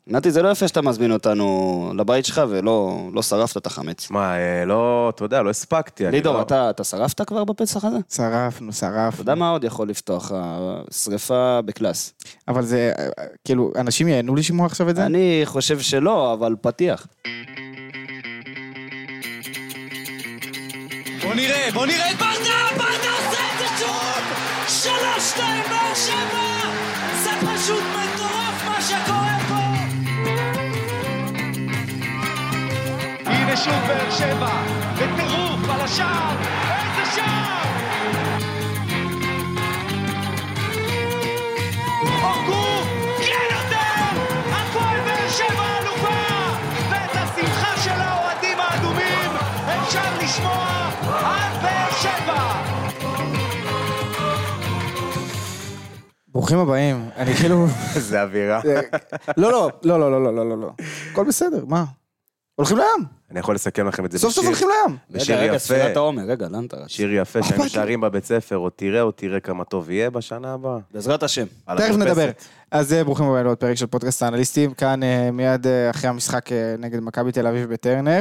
נתי, זה לא יפה שאתה מזמין אותנו לבית שלך ולא שרפת את החמץ. מה, לא, אתה יודע, לא הספקתי. לידור, אתה שרפת כבר בפסח הזה? שרפנו. אתה יודע מה עוד יכול לפתוח? שריפה בקלאס. אבל זה, כאילו, אנשים ייהנו לשמוע עכשיו את זה? אני חושב שלא, אבל פתיח. בוא נראה את ברדה עושה את זה שוב! 3-2 באר שבע! זה פשוט מטורף מה שקורה פה! הנה שוב באר שבע, בטירוף על השער, איזה שער! אורגו, כן יותר! הפועל באר שבע אלופה! ואת השמחה של האוהדים האדומים אפשר לשמוע על באר שבע! ברוכים הבאים, אני כאילו... זה אווירה. לא. הכל בסדר, מה? הולכים לים. אני יכול לסכם לכם את זה סוף סוף הולכים לים. רגע, ספירת העומר, רגע, לאן אתה רץ? שיר יפה שהיינו שרים בבית ספר, או תראה כמה טוב יהיה בשנה הבאה. בעזרת השם. תכף נדבר. אז ברוכים הבאים לעוד פרק של פודקאסט האנליסטים, כאן מיד אחרי המשחק נגד מכבי תל אביב בטרנר.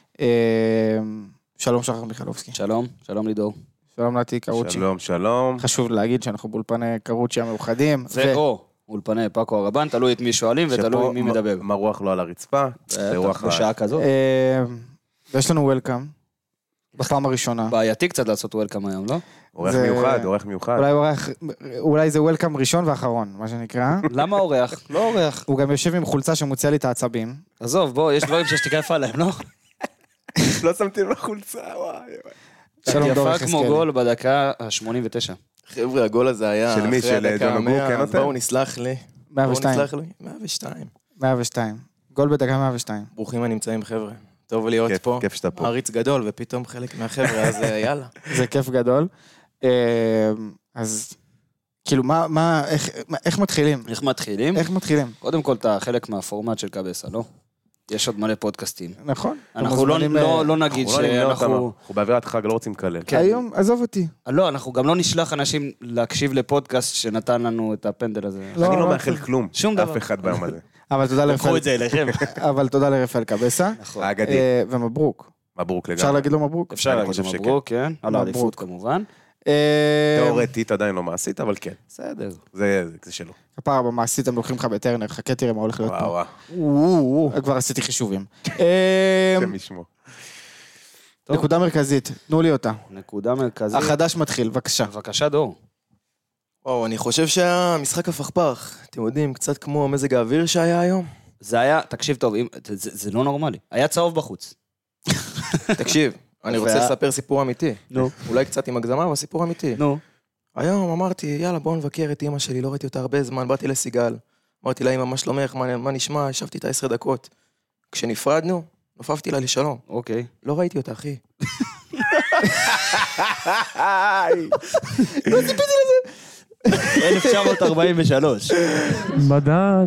שלום שחר מיכלובסקי. שלום לידור. שלום נתי קרוצ'י. שלום. חשוב להגיד שאנחנו באולפני קרוצ'י המאוחדים. זה או אולפני פאקו הרבן, תלוי את מי שואלים ותלוי מי מדבר. מרוח לו על הרצפה. בשעה כזאת. ויש לנו וולקאם. בפעם הראשונה. בעייתי קצת לעשות וולקאם היום, לא? אורח מיוחד. אולי זה וולקאם ראשון ואחרון, מה שנקרא. למה אורח? לא אורח. הוא גם יושב עם חולצה שמוציאה לי את העצבים. עזוב, בוא, יש דברים שיש תקף עליהם, לא? לא שמתי לו חולצה, וואי. שלום דור יפה כמו גול בדקה ה-89. חבר'ה, הגול הזה היה של מי? אחרי של הדקה ג'ון אוגו, כן נותן? בואו נסלח לי. 102. 102. גול בדקה 102. ברוכים הנמצאים, חבר'ה. טוב להיות פה. כיף שאתה פה. מעריץ גדול, ופתאום חלק מהחבר'ה, אז יאללה. זה כיף גדול. אז כאילו, איך מתחילים? איך מתחילים? קודם כל, אתה חלק מהפורמט של קבסה, לא? יש עוד מלא פודקאסטים. נכון. אנחנו לא נגיד שאנחנו... אנחנו באווירת חג, לא רוצים לקלל. היום, עזוב אותי. לא, אנחנו גם לא נשלח אנשים להקשיב לפודקאסט שנתן לנו את הפנדל הזה. אני לא מאחל כלום. שום דבר. אף אחד ביום הזה. אבל תודה לרפאל. קחו את זה אליכם. אבל תודה לרפאל קבסה. האגדי. ומברוק. מברוק לגמרי. אפשר להגיד לו מברוק? אפשר להגיד לו מברוק, כן. על האליפות כמובן. תיאורטית עדיין לא מעשית, אבל כן. בסדר. זה שלו. הפעם במעשית הם לוקחים לך בטרנר, חכה תראה מה הולך להיות פה. וואו. כבר עשיתי חישובים. שם ישמו. נקודה מרכזית, תנו לי אותה. נקודה מרכזית. החדש מתחיל, בבקשה. בבקשה דור. וואו, אני חושב שהמשחק הפכפך, אתם יודעים, קצת כמו מזג האוויר שהיה היום. זה היה, תקשיב טוב, זה לא נורמלי. היה צהוב בחוץ. תקשיב, אני רוצה לספר סיפור אמיתי. נו. אולי קצת עם הגזמה, אבל סיפור אמיתי. נו. היום אמרתי, יאללה, בואו נבקר את אמא שלי, לא ראיתי אותה הרבה זמן, באתי לסיגל. אמרתי לה, אמא, מה שלומך, מה נשמע? ישבתי איתה 10 דקות. כשנפרדנו, נופפתי לה לשלום. אוקיי. לא ראיתי אותה, אחי. לא ציפיתי לזה. 1943. מדד.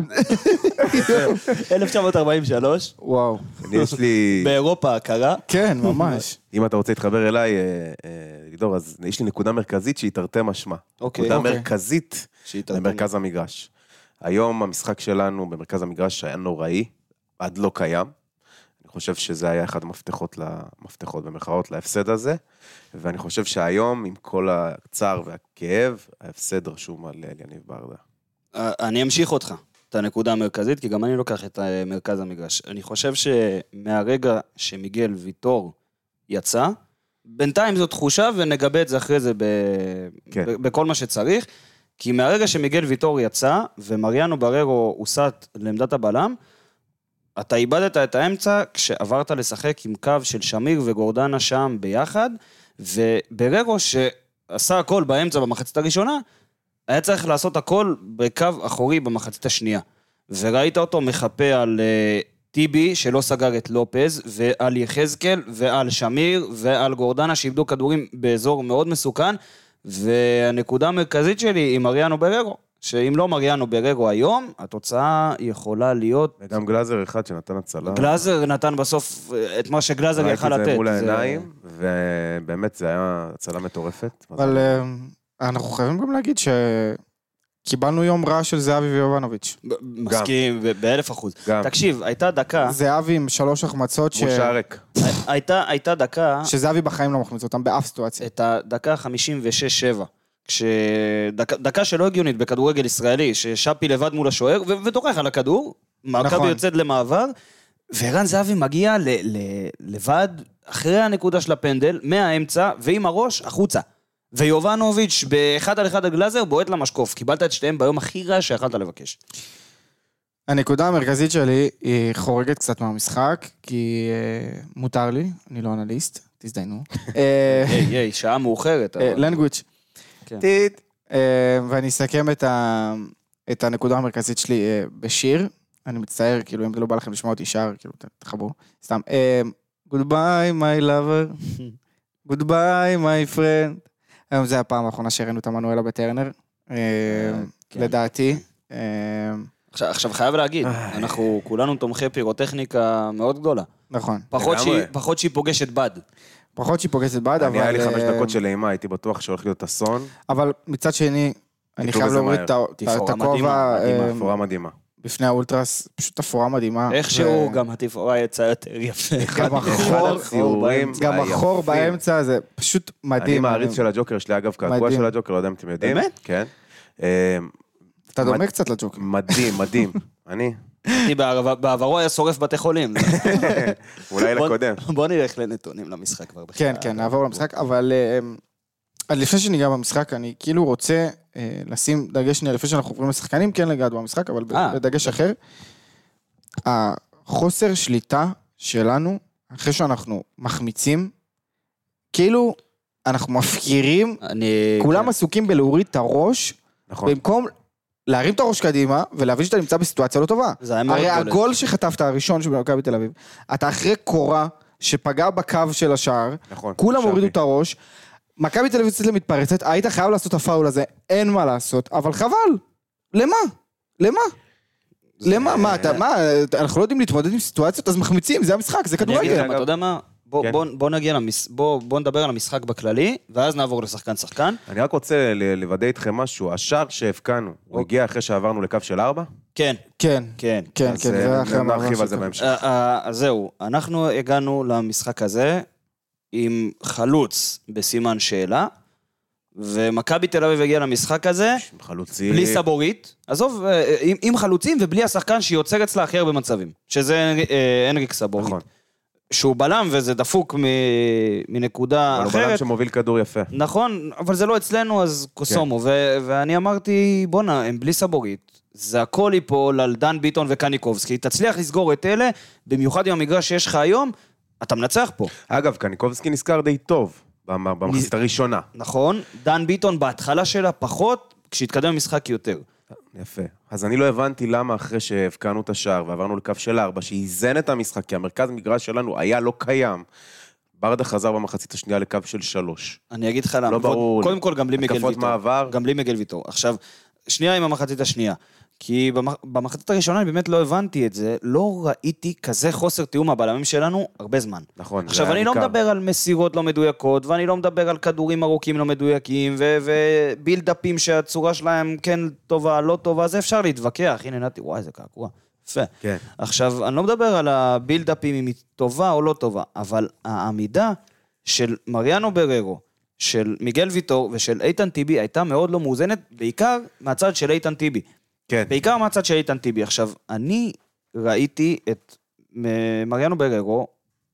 1943. וואו. יש לי... באירופה הכרה. כן, ממש. אם אתה רוצה להתחבר אליי, לידור, אז יש לי נקודה מרכזית שהיא תרתי משמע. נקודה מרכזית במרכז המגרש. היום המשחק שלנו במרכז המגרש היה נוראי, עד לא קיים. אני חושב שזה היה אחד המפתחות במרכאות להפסד הזה, ואני חושב שהיום, עם כל הצער והכאב, ההפסד רשום על יניב ברדה. אני אמשיך אותך, את הנקודה המרכזית, כי גם אני לוקח את מרכז המגרש. אני חושב שמהרגע שמיגל ויטור יצא, בינתיים זו תחושה, ונגבה את זה אחרי זה בכל מה שצריך, כי מהרגע שמיגל ויטור יצא, ומריאנו בררו הוסט לעמדת הבלם, אתה איבדת את האמצע כשעברת לשחק עם קו של שמיר וגורדנה שם ביחד, ובררו שעשה הכל באמצע במחצית הראשונה, היה צריך לעשות הכל בקו אחורי במחצית השנייה. וראית אותו מחפה על טיבי שלא סגר את לופז, ועל יחזקאל, ועל שמיר, ועל גורדנה שאיבדו כדורים באזור מאוד מסוכן, והנקודה המרכזית שלי היא מריאנו בררו. שאם לא מריאנו בררו היום, התוצאה יכולה להיות... וגם גלאזר אחד שנתן הצלה. גלאזר נתן בסוף את מה שגלאזר יכל לתת. ראיתי את זה מול העיניים, ובאמת זה היה הצלה מטורפת. אבל אנחנו חייבים גם להגיד קיבלנו יום רע של זהבי ויובנוביץ'. מסכים, ב1,000%. תקשיב, הייתה דקה... זהבי עם 3 החמצות מול שערק. הייתה דקה... שזהבי בחיים לא מחמיץ אותם באף סיטואציה. את הדקה 56-7. דקה שלא הגיונית בכדורגל ישראלי, ששאפי לבד מול השוער, ותוכח על הכדור, מכבי יוצאת למעבר, וערן זהבי מגיע לבד, אחרי הנקודה של הפנדל, מהאמצע, ועם הראש, החוצה. ויובנוביץ' באחד על אחד הגלאזר, בועט למשקוף. קיבלת את שתיהם ביום הכי רע שיכלת לבקש. הנקודה המרכזית שלי היא חורגת קצת מהמשחק, כי מותר לי, אני לא אנליסט, תזדיינו. היי, שעה מאוחרת. לנגוויץ'. ואני אסכם את הנקודה המרכזית שלי בשיר. אני מצטער, כאילו, אם זה לא בא לכם לשמוע אותי שר, כאילו, תחברו. סתם. Goodbye, my lover. Goodbye, my friend. היום זה הפעם האחרונה שהראינו את המנואלה בטרנר. לדעתי. עכשיו חייב להגיד, אנחנו כולנו תומכי פירוטכניקה מאוד גדולה. נכון. פחות שהיא פוגשת בד. פחות שהיא פוגשת בד, אבל... היה לי 5 דקות של אימה, הייתי בטוח שהולך להיות אסון. אבל מצד שני, אני חייב להוריד את הכובע... תפאורה מדהימה. בפני האולטרס, פשוט תפאורה מדהימה. איכשהו גם התפאורה יצא יותר יפה. גם החור באמצע, זה פשוט מדהים. אני מעריץ של הג'וקר, יש לי אגב קעקוע של הג'וקר, לא יודע אם אתם יודעים. באמת? כן. אתה דומה קצת לג'וקר. מדהים, מדהים. אני? בעברו היה שורף בתי חולים. אולי לקודם. בוא נלך לנתונים למשחק כבר. כן, כן, נעבור למשחק, אבל לפני שניגע במשחק, אני כאילו רוצה לשים דגש שנייה, לפני שאנחנו עוברים לשחקנים, כן לגעת במשחק, אבל בדגש אחר. החוסר שליטה שלנו, אחרי שאנחנו מחמיצים, כאילו אנחנו מפקירים, כולם עסוקים בלהוריד את הראש, במקום להרים את הראש קדימה, ולהבין שאתה נמצא בסיטואציה לא טובה. הרי הגול שחטפת הראשון של מכבי בתל אביב, אתה אחרי קורה שפגע בקו של השער, כולם הורידו את הראש, מכבי תל אביב יוצאת למתפרצת, היית חייב לעשות את הפאול הזה, אין מה לעשות, אבל חבל. למה? למה? למה? מה, אנחנו לא יודעים להתמודד עם סיטואציות, אז מחמיצים, זה המשחק, זה כדורגל. אתה יודע מה? בוא נדבר על המשחק בכללי, ואז נעבור לשחקן. אני רק רוצה לוודא איתכם משהו, השער שהפקענו, הוא הגיע אחרי שעברנו לקו של 4? כן. כן. כן, כן. נרחיב על זה בהמשך. אז זהו, אנחנו הגענו למשחק הזה, עם חלוץ בסימן שאלה, ומכבי תל אביב הגיע למשחק הזה, בלי סבורית, עזוב, עם חלוצים ובלי השחקן שיוצר אצלה הכי הרבה מצבים, שזה אנריק סבורית. נכון. שהוא בלם וזה דפוק מנקודה אחרת. אבל הוא בלם שמוביל כדור יפה. נכון, אבל זה לא אצלנו, אז קוסומו. ואני אמרתי, בונה, הם בלי סבורית. זה הכל ייפול על דן ביטון וקניקובסקי. תצליח לסגור את אלה, במיוחד עם המגרש שיש לך היום, אתה מנצח פה. אגב, קניקובסקי נזכר די טוב במחצית הראשונה. נכון, דן ביטון בהתחלה שלה פחות, כשהתקדם המשחק יותר. יפה. אז אני לא הבנתי למה אחרי שהפקענו את השער ועברנו לקו של 4, שאיזן את המשחק, כי המרכז המגרש שלנו היה לא קיים. ברדה חזר במחצית השנייה לקו של 3. אני אגיד לך למה. לא ברור. קודם כל גם בלי מיגל ויטור. מעבר. גם בלי מיגל ויטור. עכשיו, שנייה עם המחצית השנייה. כי במחצית הראשונה אני באמת לא הבנתי את זה, לא ראיתי כזה חוסר תיאום הבלמים שלנו הרבה זמן. נכון. עכשיו אני לא מדבר על מסירות לא מדויקות, ואני לא מדבר על כדורים ארוכים לא מדויקים, ובילדאפים שהצורה שלהם כן טובה, לא טובה, זה אפשר להתווכח. הנה נתי, וואי זה קעקוע. יפה. כן. עכשיו אני לא מדבר על הבילדאפים אם היא טובה או לא טובה, אבל העמידה של מריאנו בררו, של מיגל ויטור ושל איתן טיבי הייתה מאוד לא מאוזנת, בעיקר מהצד של איתן טיבי. כן. בעיקר מהצד של איתן טיבי. עכשיו, אני ראיתי את מריאנו בררו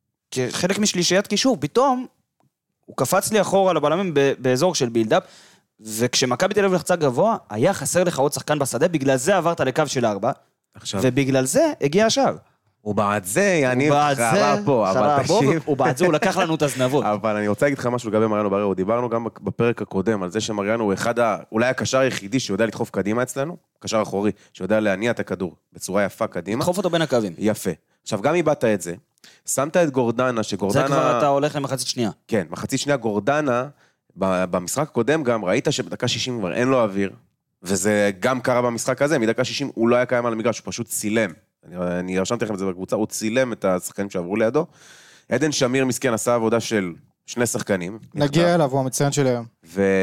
כחלק משלישיית קישור, פתאום הוא קפץ לי אחורה לבלמים באזור של בילדאפ, וכשמכבי תל אביב לחצה גבוה, היה חסר לך עוד שחקן בשדה, בגלל זה עברת לקו של 4, ובגלל זה הגיע השאר. ובעד זה יניב חרה פה, אבל תקשיב. ובעד זה הוא לקח לנו את הזנבות. אבל אני רוצה להגיד לך משהו לגבי מריאנו בררו, דיברנו גם בפרק הקודם על זה שמריאנו הוא אולי הקשר היחידי שיודע לדחוף קדימה אצלנו, קשר אחורי, שיודע להניע את הכדור בצורה יפה קדימה. לדחוף אותו בין הקווים. יפה. עכשיו גם איבדת את זה, שמת את גורדנה, שגורדנה... זה כבר אתה הולך למחצית שנייה. כן, מחצית שנייה גורדנה, במשחק הקודם גם ראית שבדקה 60 כבר אין לו אוויר, וזה גם קרה במשחק הזה, מדקה 60 הוא לא היה קיים על המגרש, הוא פשוט צילם. אני רשמתי לכם את זה בקבוצה, הוא צילם את השחקנים שעברו לידו. עדן שמיר מסכן עשה עבודה של 2 שחקנים. נגיע אליו, הוא המצוין של היום.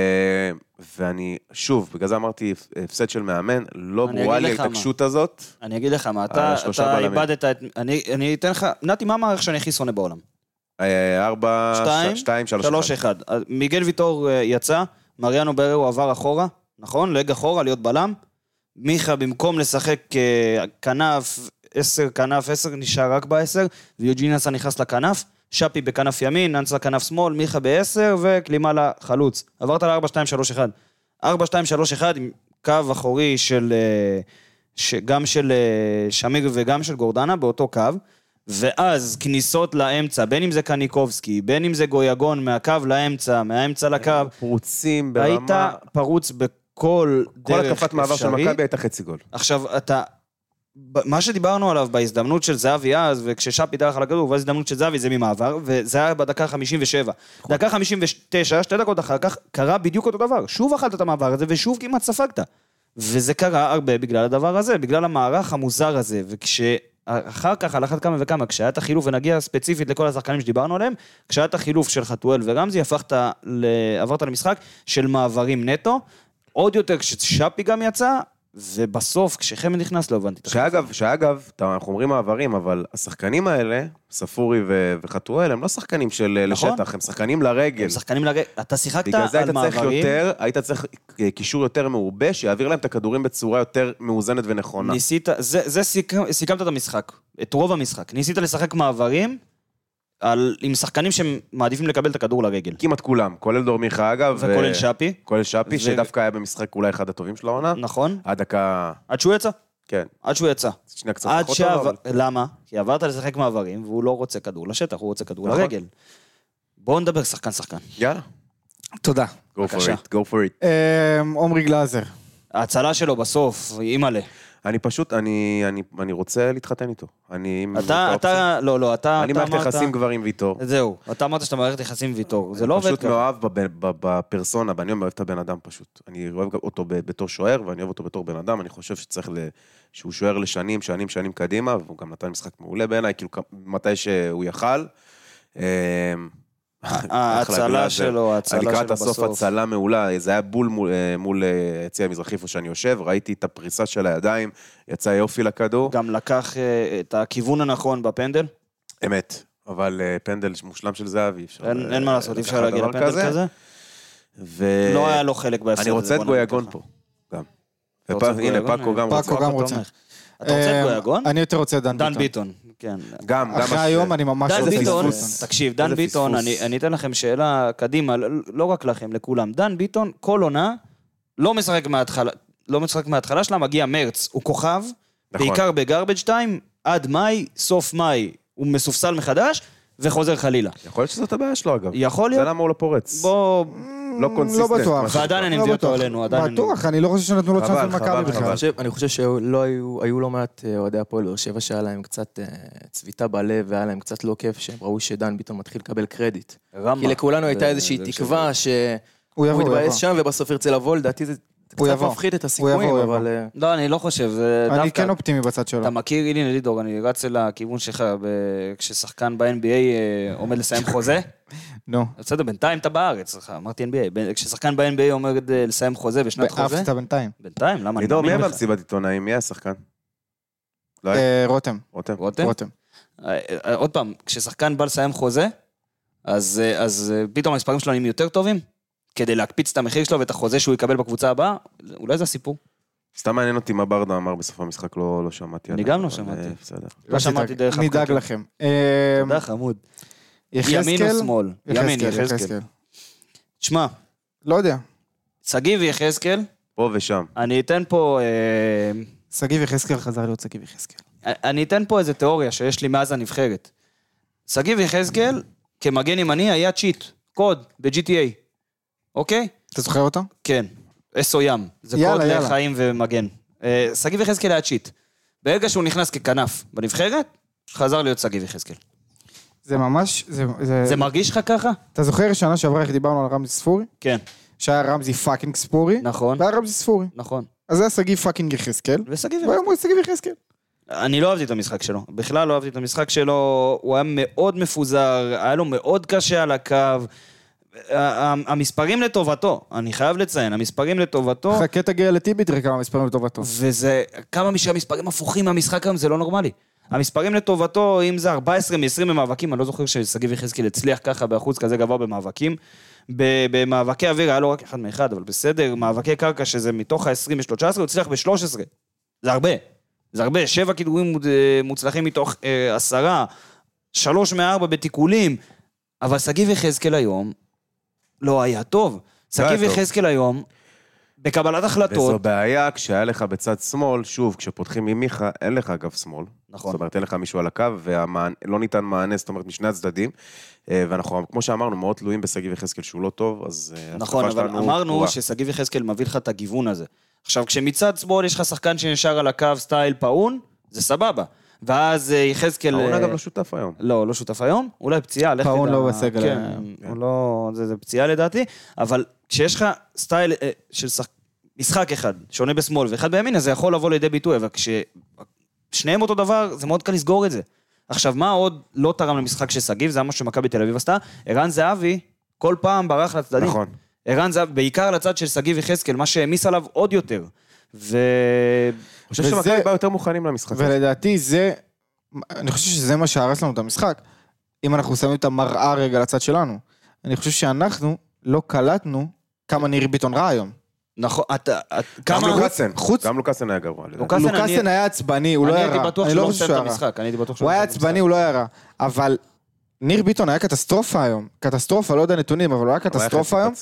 ואני, שוב, בגלל זה אמרתי, הפסד של מאמן, לא ברורה לי ההתעקשות הזאת. אני אגיד לך מה, אתה איבדת את... אני אתן לך... נתי, מה המערך שאני הכי שונא בעולם? 4, 2, 3, 1. מיגל ויטור יצא, מריאנו בררו עבר אחורה, נכון? לג אחורה, להיות בלם. מיכה במקום לשחק כנף, 10, כנף 10, נשאר רק ב-10, ויוג'ין נסה נכנס לכנף, שפי בכנף ימין, ננסה לכנף שמאל, מיכה ב-10, וקלימה לחלוץ. עברת ל-4-2-3-1. 4-2-3-1 עם קו אחורי של... גם של שמיר וגם של גורדנה, באותו קו, ואז כניסות לאמצע, בין אם זה קניקובסקי, בין אם זה גויגון, מהקו לאמצע, מהאמצע לקו, פרוצים ברמה... היית פרוץ בכל דרך אפשרי. כל הקפת מעבר של מכבי הייתה חצי גול. עכשיו, אתה... מה שדיברנו עליו בהזדמנות של זהבי אז, וכששפי דרך על הכדור, והזדמנות של זהבי זה ממעבר, וזה היה בדקה 57. דקה 59, 2 דקות אחר כך, קרה בדיוק אותו דבר. שוב אכלת את המעבר הזה, ושוב כמעט ספגת. וזה קרה הרבה בגלל הדבר הזה, בגלל המערך המוזר הזה, אחר כך, על אחת כמה וכמה, כשהיה את החילוף, ונגיע ספציפית לכל השחקנים שדיברנו עליהם, כשהיה את החילוף של חתואל ורמזי, עברת למשחק של מעברים נטו, עוד יותר כששפי גם יצא, ובסוף, כשחמד נכנס, לא הבנתי. שאגב, אנחנו אומרים מעברים, אבל השחקנים האלה, ספורי וחתואל, הם לא שחקנים של לשטח, הם שחקנים לרגל. הם שחקנים לרגל, אתה שיחקת על מעברים. היית צריך קישור יותר מעובה, שיעביר להם את הכדורים בצורה יותר מאוזנת ונכונה. ניסית, זה סיכמת את המשחק, את רוב המשחק. ניסית לשחק מעברים, עם שחקנים שמעדיפים לקבל את הכדור לרגל. כמעט כולם, כולל דור מיכה אגב. וכולל שפי. כולל שפי, שדווקא היה במשחק אולי אחד הטובים של העונה. נכון. עד שהוא יצא. כן. עד שהוא יצא. שנייה קצת פחות טוב. למה? כי עברת לשחק מעברים, והוא לא רוצה כדור לשטח, הוא רוצה כדור לרגל. בואו נדבר שחקן. יאללה. תודה. Go for it. עומרי גלאזר. ההצלה שלו בסוף, אימאלה. אני פשוט, אני רוצה להתחתן איתו. אני מערכת יחסים כבר עם ויטור. זהו, אתה אמרת שאתה מערכת יחסים עם ויטור. זה לא עובד פשוט מאוהב בפרסונה, ואני אוהב את הבן אדם פשוט. אני אוהב אותו בתור שוער, ואני אוהב אותו בתור בן אדם. אני חושב שצריך שהוא שוער לשנים קדימה, והוא גם נתן משחק מעולה בעיניי, כאילו מתי שהוא יכל. ההצלה שלו לקראת הסוף הצלה מעולה, זה היה בול מול יציע המזרחי איפה שאני יושב, ראיתי את הפריסה של הידיים, יצא יופי לכדור. גם לקח את הכיוון הנכון בפנדל. אמת, אבל פנדל מושלם של זהבי. אין מה לעשות, אי אפשר להגיד לפנדל כזה. לא היה לו חלק בהפסד. אני רוצה את גויגון פה, גם. הנה, פאקו גם רוצה. אתה רוצה את גויגון? אני יותר רוצה את דן ביטון. כן. גם. אחרי היום אני ממש רוצה פספוס. תקשיב, דן ביטון, אני אתן לכם שאלה קדימה, לא רק לכם, לכולם. דן ביטון, כל עונה, לא משחק מההתחלה שלה, מגיע מרץ, הוא כוכב, בעיקר בגרבג' טיים, עד מאי, סוף מאי, הוא מסופסל מחדש, וחוזר חלילה. יכול להיות שזאת הבעיה שלו אגב. יכול להיות. זה למה הוא לא פורץ. לא קונסיסטנט. לא בטוח. ועדיין אני מביא אותו אלינו. בטוח, אני לא חושב שנתנו לו צ'אנס במכבי בכלל. אני חושב שהיו לא מעט אוהדי הפועל באר שבע שהיה להם קצת צביטה בלב, והיה להם קצת לא כיף, שהם ראו שדן ביטון מתחיל לקבל קרדיט. כי לכולנו הייתה איזושהי תקווה שהוא יתבאס שם, ובסוף ירצה לבוא, לדעתי זה קצת מפחית את הסיכויים, אבל... לא, אני לא חושב. אני כן אופטימי בצד שלו. אתה מכיר, אילי נדידור, אני רץ לכיוון שלך, כששחקן ב-NBA עומד לסיים חוזה? נו. בסדר, בינתיים אתה בארץ, אמרתי NBA. כששחקן ב-NBA עומד לסיים חוזה בשנת חוזה? באפת בינתיים. בינתיים, למה? נדידור, מי במסיבת עיתונאים? מי השחקן? רותם. עוד פעם, כששחקן בא לסיים חוזה, אז פתאום המספרים שלו נהיים יותר טובים? כדי להקפיץ את המחיר שלו ואת החוזה שהוא יקבל בקבוצה הבאה, אולי זה הסיפור. סתם מעניין אותי מה ברדה אמר בסוף המשחק, לא שמעתי. אני גם לא שמעתי. לא שמעתי דרך הפקקים. נדאג לכם. תודה חמוד. ימין או שמאל? ימין, יחזקאל. תשמע. לא יודע. סגיב ויחזקאל. פה ושם. אני אתן פה... סגיב ויחזקאל חזר להיות סגיב ויחזקאל. אני אתן פה איזו תיאוריה שיש לי מאז הנבחרת. סגיב ויחזקאל, כמגן ימני, היה צ'יט, קוד, ב-GTA. אוקיי? אתה זוכר אותו? כן. אסו ים. זה קוד לחיים ומגן. סגיב יחזקאל היה צ'יט. ברגע שהוא נכנס ככנף בנבחרת, חזר להיות סגיב יחזקאל. זה ממש... זה מרגיש לך ככה? אתה זוכר שנה שעברה איך דיברנו על רמזי ספורי? כן. שהיה רמזי פאקינג ספורי. נכון. והיה רמזי ספורי. נכון. אז זה היה סגיב פאקינג יחזקאל. וסגיב והיום הוא סגיב יחזקאל. אני לא אהבתי את המשחק שלו, בכלל לא אהבתי את המשחק שלו, הוא היה מאוד מפוזר, היה לו מאוד קשה על הקו, המספרים לטובתו, אני חייב לציין, המספרים לטובתו... חכה תגיע לטיבי, תראה כמה מספרים לטובתו. וזה, כמה משהמספרים הפוכים מהמשחק היום, זה לא נורמלי. המספרים לטובתו, אם זה 14 מ-20 במאבקים, אני לא זוכר שסגיב יחזקאל הצליח ככה באחוז כזה גבוה במאבקים, במאבקי אוויר היה לו רק אחד מאחד, אבל בסדר, מאבקי קרקע שזה מתוך ה-20 ו-13, הוא הצליח ב-13. זה הרבה. זה הרבה, 7 כדורים מוצלחים מתוך 10, 3 מ-4 בתיקולים, אבל סגיב יחזקאל היום לא היה טוב. סגיב יחזקאל היום, בקבלת החלטות... וזו בעיה, כשהיה לך בצד שמאל, שוב, כשפותחים ממיכה, אין לך אגב שמאל. נכון. זאת אומרת, אין לך מישהו על הקו, ולא ניתן מענה, זאת אומרת, משני הצדדים, ואנחנו, כמו שאמרנו, מאוד תלויים בסגיב יחזקאל שהוא לא טוב, אז... נכון, אבל אמרנו שסגיב יחזקאל מביא לך את הגיוון הזה. עכשיו, כשמצד שמאל יש לך שחקן שנשאר על הקו סטייל פאון, זה סבבה. ואז יחזקאל... פאון אגב לא שותף היום. לא שותף היום, אולי פציעה. פאון לא בסגל. כן, זה פציעה לדעתי, אבל כשיש לך סטייל של משחק אחד, שונה בשמאל, ואחד בימין, אז זה יכול לבוא לידי ביטוי, אבל כששניהם אותו דבר, זה מאוד קל לסגור את זה. עכשיו, מה עוד לא תרם למשחק של סגיב, זה מה שמכבי תל אביב עשתה, ערן זהבי, כל פעם ברח לצדדים. נכון. ערן זהבי, בעיקר לצד של סגיב יחזקאל, מה שהמיס עליו עוד יותר. אני חושב שמכבי בא יותר מוכנים למשחק. ולדעתי זה, אני חושב שזה מה שהרס לנו את המשחק, אם אנחנו שמים את המראה רגע לצד שלנו. אני חושב שאנחנו לא קלטנו כמה ניר ביטון רע היום. נכון, גם לוקאסן היה גרוע. לוקאסן היה עצבני, הוא לא היה רע. אני הייתי בטוח שלא עושה את המשחק. הוא היה עצבני, הוא לא היה רע. אבל ניר ביטון היה קטסטרופה היום. קטסטרופה, לא יודע נתונים, אבל הוא היה קטסטרופה היום.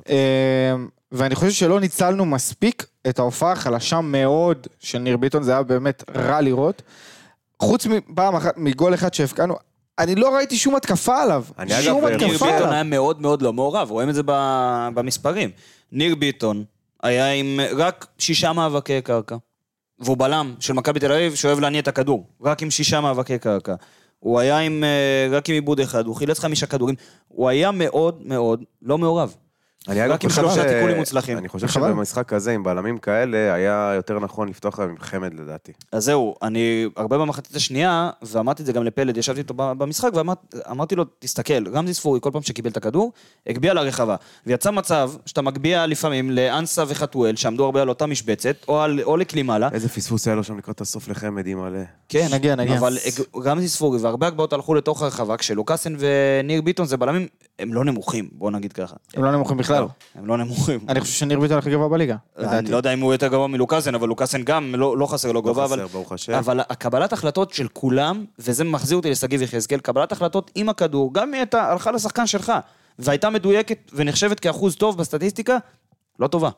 ואני חושב שלא ניצלנו מספיק את ההופעה החלשה מאוד של ניר ביטון, זה היה באמת רע לראות. חוץ מפעם אחת, מגול אחד שהפקענו, אני לא ראיתי שום התקפה עליו. שום התקפה עליו. ניר ביטון היה מאוד מאוד לא מעורב, רואים את זה במספרים. ניר ביטון היה עם רק 6 מאבקי קרקע, והוא בלם של מכבי תל אביב שאוהב להניע את הכדור, רק עם 6 מאבקי קרקע. הוא היה רק עם עיבוד אחד, הוא חילץ 5 כדורים, הוא היה מאוד מאוד לא מעורב. רק עם 3 תיקולים מוצלחים. אני חושב שבמשחק הזה, עם בעלמים כאלה, היה יותר נכון לפתוח עם חמד לדעתי. אז זהו, אני הרבה במחצית השנייה, ואמרתי את זה גם לפלד, ישבתי איתו במשחק, ואמרתי לו, תסתכל, רמזי ספורי, כל פעם שקיבל את הכדור, הגביע לרחבה, ויצא מצב שאתה מגביע לפעמים לאנסה וחתואל, שעמדו הרבה על אותה משבצת, או לקלימלה. איזה פספוס היה לו שם לקראת הסוף לחמד עם מלא. כן, נגיע. אבל רמזי ספורי, והרבה הגבעות הלכו לתוך הרחבה, כשלוקאסן וניר ביטון זה בלמים, הם לא נמוכים, בוא נגיד ככה. הם לא נמוכים בכלל. הם לא נמוכים. אני חושב שניר ביטון הכי גבוה בליגה. אני לא יודע אם הוא יותר גבוה מלוקאסן, אבל לוקאסן גם לא חסר לו גבוה, אבל הקבלת החלטות של כולם, וזה מחזיר אותי לסגיב יחזקאל, קבלת החלטות עם הכדור, גם אם הייתה הלכה לשחקן שלך, והייתה מדויקת ונחשבת כאחוז טוב בסטטיסטיקה, לא טובה.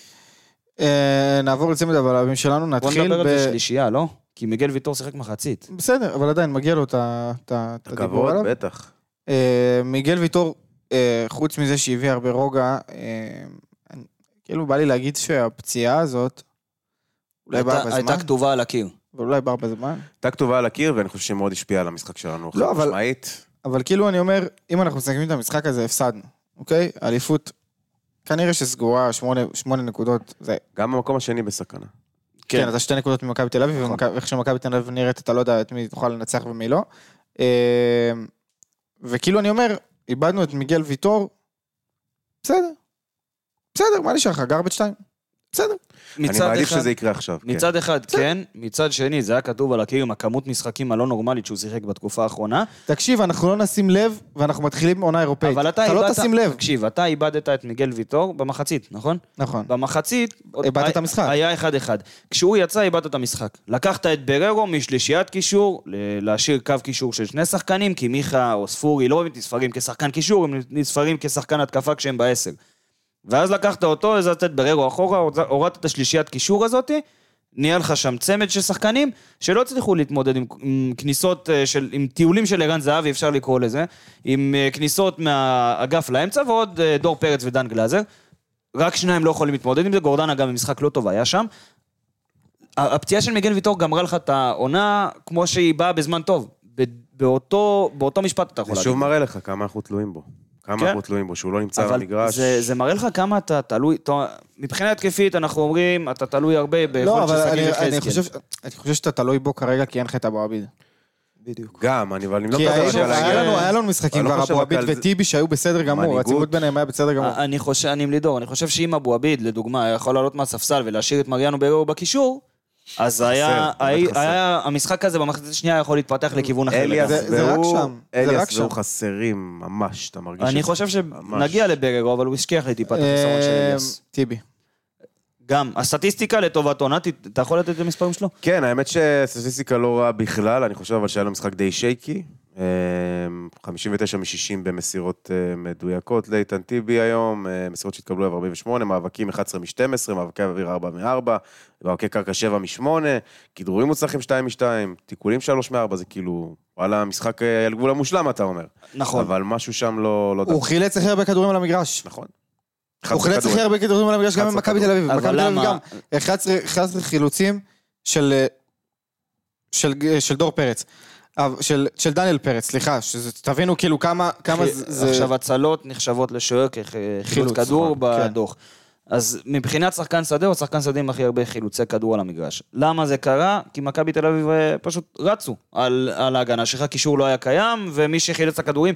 נעבור לצמד הבלמים שלנו, נתחיל בוא נדבר על זה שלישייה, לא? כי מיגל ויטור שיחק מחצית. בסדר, אבל עדיין מגיע לו את הדיבור עליו. בטח. מיגל ויטור, חוץ מזה שהביא הרבה רוגע, כאילו בא לי להגיד שהפציעה הזאת, אולי באה בזמן. הייתה כתובה על הקיר. אבל אולי באה בזמן. הייתה כתובה על הקיר, ואני חושב שמאוד השפיעה על המשחק שלנו. לא, אבל כאילו אני אומר, אם אנחנו מסתכלים את המשחק הזה, הפסדנו, אוקיי? אליפות, כנראה שסגורה 8 נקודות. גם במקום השני בסכנה. כן, אז 2 נקודות ממכבי תל אביב, ואיך שמכבי תל אביב נראית, אתה לא יודע את מי תוכל לנצח ומי לא. וכאילו אני אומר, איבדנו את מיגל ויטור, בסדר, מה נשאר לך? גרבג' 2? בסדר. אני מעדיף שזה יקרה עכשיו. מצד אחד, כן. מצד שני, זה היה כתוב על הקיר עם הכמות משחקים הלא נורמלית שהוא שיחק בתקופה האחרונה. תקשיב, אנחנו לא נשים לב, ואנחנו מתחילים בעונה אירופאית. אתה לא תשים לב. תקשיב, אתה איבדת את מיגל ויטור במחצית, נכון? נכון. במחצית, איבדת את המשחק. היה 1-1. כשהוא יצא, איבדת את המשחק. לקחת את בררו משלישיית קישור, להשאיר קו קישור של 2 שחקנים, כי מיכה או ספורי לא נספרים כשחקן קישור, הם נספרים כשחקן התקפה כשהם ב10. ואז לקחת אותו, הזזת את בררו אחורה, הורדת את השלישיית קישור הזאת, נהיה לך שם צמד של שחקנים, שלא הצליחו להתמודד עם כניסות, עם טיולים של ערן זהבי, אפשר לקרוא לזה, עם כניסות מהאגף לאמצע, ועוד דור פרץ ודן גלאזר, רק 2 לא יכולים להתמודד עם זה, גורדנה גם במשחק לא טוב היה שם. הפציעה של מיגל ויטור גמרה לך את העונה, כמו שהיא באה בזמן טוב, באותו משפט אתה יכול להגיד. זה שוב מראה לך כמה אנחנו תלויים בו. כמה אנחנו תלויים בו, שהוא לא נמצא במגרש. אבל זה מראה לך כמה אתה תלוי, מבחינה התקפית אנחנו אומרים, אתה תלוי הרבה ביכולת של שגיב יחזקאל. אני חושב שאתה תלוי בו כרגע, כי אין לך את אבו עביד. בדיוק. גם, אני לא מדבר על היה לנו משחקים כבר, אבו עביד וטיבי שהיו בסדר גמור, הציבות ביניהם היה בסדר גמור. אני עם לידור, אני חושב שאם אבו עביד, לדוגמה, יכול לעלות מהספסל ולהשאיר את מריאנו בררו בקישור, אז היה המשחק הזה במחצית השנייה יכול להתפתח לכיוון אחר. זה רק שם. אליאס והוא חסרים ממש, אתה מרגיש. אני חושב שנגיע לבררו, אבל הוא השכיח לי טיפה את החיסרון של אליאס. טיבי. גם, הסטטיסטיקה לטובת עונה, אתה יכול לתת את המספרים שלו? כן, האמת שהסטטיסטיקה לא רעה בכלל, אני חושב אבל שהיה לו משחק די שייקי, 59 מ-60 במסירות מדויקות, לאיתן טיבי היום, מסירות שהתקבלו 48, מאבקים 11 מ-12, מאבקי אוויר 4 מ-4, מאבקי קרקע 7 מ-8, כדרורים מוצלחים 2 מ-2, תיקולים 3 מ-4, זה כאילו, וואלה, משחק על גבול המושלם, אתה אומר. נכון. אבל משהו שם לא... הוא חילץ הכי הרבה כדורים על המגרש. נכון. הוא חילץ הכי הרבה כדורים על המגרש גם במכבי תל אביב. מכבי תל אביב גם 11 חילוצים של דור פרץ. של דניאל פרץ, סליחה, תבינו כאילו כמה זה... עכשיו הצלות נחשבות לשוער כחילוץ כדור בדוח. אז מבחינת שחקן שדה, הוא שחקן שדה עם הכי הרבה חילוצי כדור על המגרש. למה זה קרה? כי מכבי תל אביב פשוט רצו על ההגנה, שלך קישור לא היה קיים, ומי שחילץ את הכדורים,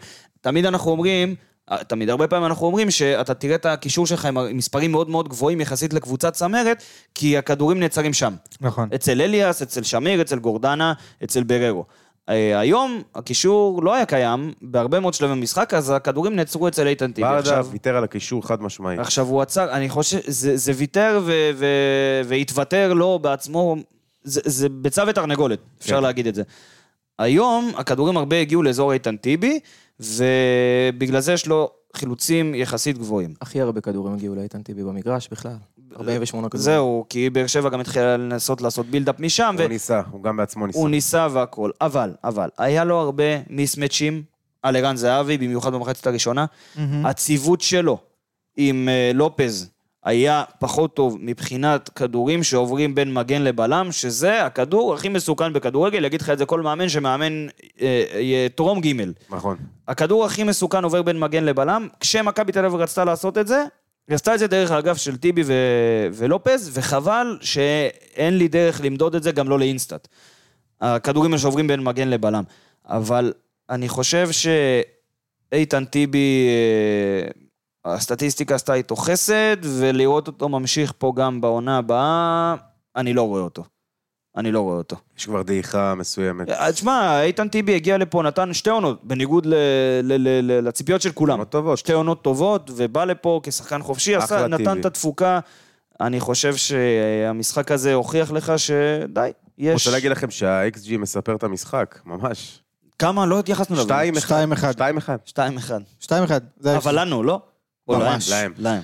תמיד הרבה פעמים אנחנו אומרים שאתה תראה את הקישור שלך עם מספרים מאוד מאוד גבוהים יחסית לקבוצת צמרת, כי הכדורים נעצרים שם. נכון. אצל אליאס, אצל שמיר, אצל גורדנה, אצל בררו. היום הקישור לא היה קיים, בהרבה מאוד שלבי משחק, אז הכדורים נעצרו אצל איתן טיבי. ברדה ויתר על הקישור חד משמעי. עכשיו הוא עצר, אני חושב, זה ויתר והתוותר לו בעצמו, זה ביצה ותרנגולת, אפשר להגיד את זה. היום הכדורים הרבה הגיעו לאזור איתן טיבי, ובגלל זה יש לו חילוצים יחסית גבוהים. הכי הרבה כדורים הגיעו לאיתן טיבי במגרש בכלל. 48 כדורים. זהו, כי באר שבע גם התחילה לנסות לעשות בילדאפ משם. הוא ניסה, הוא גם בעצמו ניסה. הוא ניסה והכל, אבל, היה לו הרבה מיסמצ'ים על ערן זהבי, במיוחד במחצית הראשונה. הציוות שלו עם לופז היה פחות טוב מבחינת כדורים שעוברים בין מגן לבלם, שזה הכדור הכי מסוכן בכדורגל, יגיד לך את זה כל מאמן שמאמן טרום ג'. נכון. הכדור הכי מסוכן עובר בין מגן לבלם, כשמכבי תל אביב רצתה לעשות את זה, היא עשתה את זה דרך האגף של טיבי ולופז, וחבל שאין לי דרך למדוד את זה גם לא לאינסטאט. הכדורים שעוברים בין מגן לבלם. אבל אני חושב שאיתן טיבי, הסטטיסטיקה עשתה איתו חסד, ולראות אותו ממשיך פה גם בעונה הבאה, אני לא רואה אותו. יש כבר דעיכה מסוימת. תשמע, איתן טיבי הגיע לפה, נתן 2 עונות, בניגוד לציפיות של כולם. 2 עונות טובות, ובא לפה כשחקן חופשי, נתן את התפוקה. אני חושב שהמשחק הזה הוכיח לך שדי, יש... רוצה להגיד לכם שה-XG מספר את המשחק, ממש. כמה? לא התייחסנו לזה. 2-1. 2-1. אבל לנו, לא? ממש. להם.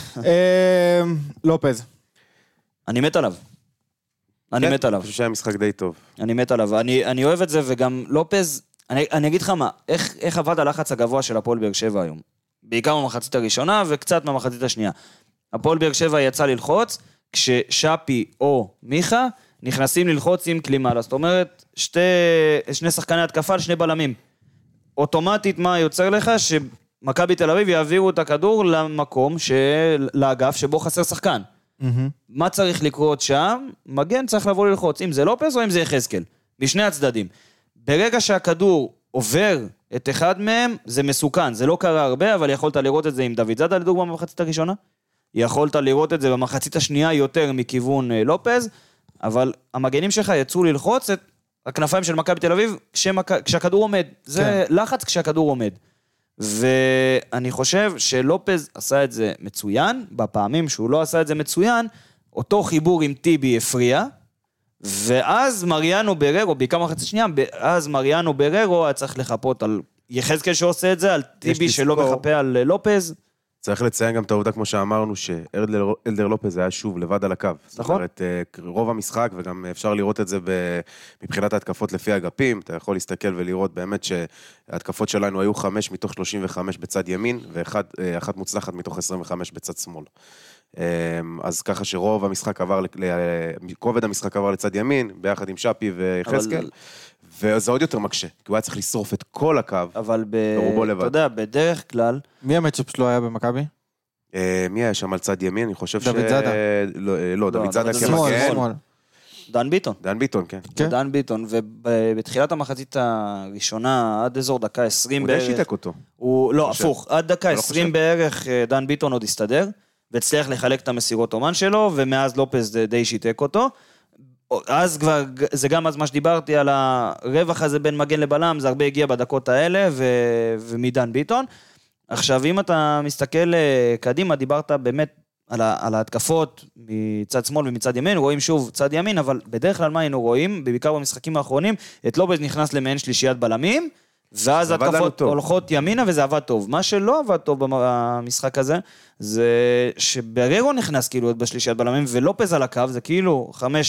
לופז. אני מת עליו. אני חושב שהיה משחק די טוב. אני מת עליו. אני אוהב את זה, וגם לופז, אני אגיד לך מה, איך עבד הלחץ הגבוה של הפועל באר שבע היום? בעיקר במחצית הראשונה, וקצת מהמחצית השנייה. הפועל באר שבע יצא ללחוץ, כששאפי או מיכה נכנסים ללחוץ עם קלימאלה. זאת אומרת, שני שחקני התקפה על 2 בלמים. אוטומטית מה יוצר לך? שמכבי תל אביב יעבירו את הכדור למקום, לאגף שבו חסר שחקן. מה צריך לקרות שם? מגן צריך לבוא ללחוץ, אם זה לופז או אם זה יחזקאל, משני הצדדים. ברגע שהכדור עובר את אחד מהם, זה מסוכן, זה לא קרה הרבה, אבל יכולת לראות את זה עם דוד זאדה לדוגמה במחצית הראשונה, יכולת לראות את זה במחצית השנייה יותר מכיוון לופז, אבל המגנים שלך יצאו ללחוץ את הכנפיים של מכבי תל אביב כשהכדור עומד, זה לחץ כשהכדור עומד. ואני חושב שלופז עשה את זה מצוין, בפעמים שהוא לא עשה את זה מצוין, אותו חיבור עם טיבי הפריע, ואז מריאנו בררו, בעיקר מחצית שנייה, אז מריאנו בררו היה צריך לחפות על יחזקאל שעושה את זה, על טיבי שלא מחפה על לופז. צריך לציין גם את העובדה, כמו שאמרנו, שאלדר לופז היה שוב לבד על הקו. זאת אומרת, רוב המשחק, וגם אפשר לראות את זה מבחינת ההתקפות לפי אגפים, אתה יכול להסתכל ולראות באמת שההתקפות שלנו היו 5 מתוך 35 בצד ימין, ואחת מוצלחת מתוך 25 בצד שמאל. אז ככה שרוב המשחק עבר, כובד המשחק עבר לצד ימין, ביחד עם שפי וחזקאל, וזה עוד יותר מקשה, כי הוא היה צריך לשרוף את כל הקו, אבל אתה יודע, בדרך כלל... מי המצ'אפ שלו היה במכבי? מי היה שם על צד ימין? אני חושב דוד זאדה. לא, דוד זאדה שמאל. דן ביטון. דן ביטון, כן. דן ביטון, ובתחילת המחצית הראשונה, עד אזור דקה 20 בערך... הוא די שיתק אותו. לא, הפוך, עד דקה 20 בערך דן ביטון עוד הסתדר, והצליח לחלק את המסירות אומן שלו, ומאז לופז די שיתק אותו. אז כבר, זה גם אז מה שדיברתי על הרווח הזה בין מגן לבלם, זה הרבה הגיע בדקות האלה, ומדן ביטון. עכשיו, אם אתה מסתכל קדימה, דיברת באמת על ההתקפות מצד שמאל ומצד ימין, רואים שוב צד ימין, אבל בדרך כלל מה היינו רואים, בעיקר במשחקים האחרונים, את לופז נכנס למעין שלישיית בלמים, ואז ההתקפות הולכות ימינה, וזה עבד טוב. מה שלא עבד טוב במשחק הזה, זה שבררו נכנס כאילו בשלישיית בלמים, ולופז על הקו, זה כאילו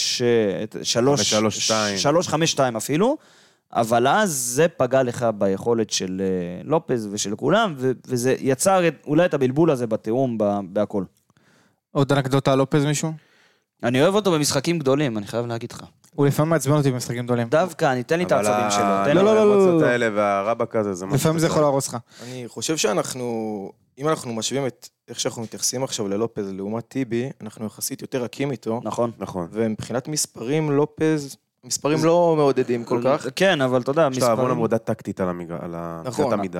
3-5-2 אפילו, אבל אז זה פגע לך ביכולת של לופז ושל כולם, וזה יצר אולי את הבלבול הזה בתיאום בהכל. עוד אנקדוטה על לופז מישהו? אני אוהב אותו במשחקים גדולים, אני חייב להגיד לך. הוא לפעמים מעצבן אותי במשחקים גדולים. דווקא, אני תן לי את העצבים שלו. לא, האמוציות האלה והרבק הזה, זה לפעמים זה יכול להרוס לך. אני חושב שאנחנו, אם אנחנו משווים את איך שאנחנו מתייחסים עכשיו ללופז לעומת טיבי, אנחנו יחסית יותר רכים איתו. נכון. ומבחינת מספרים, לופז, מספרים לא מעודדים כל כך. כן, אבל אתה יודע, מספרים... יש לה המון עבודה טקטית על המידה.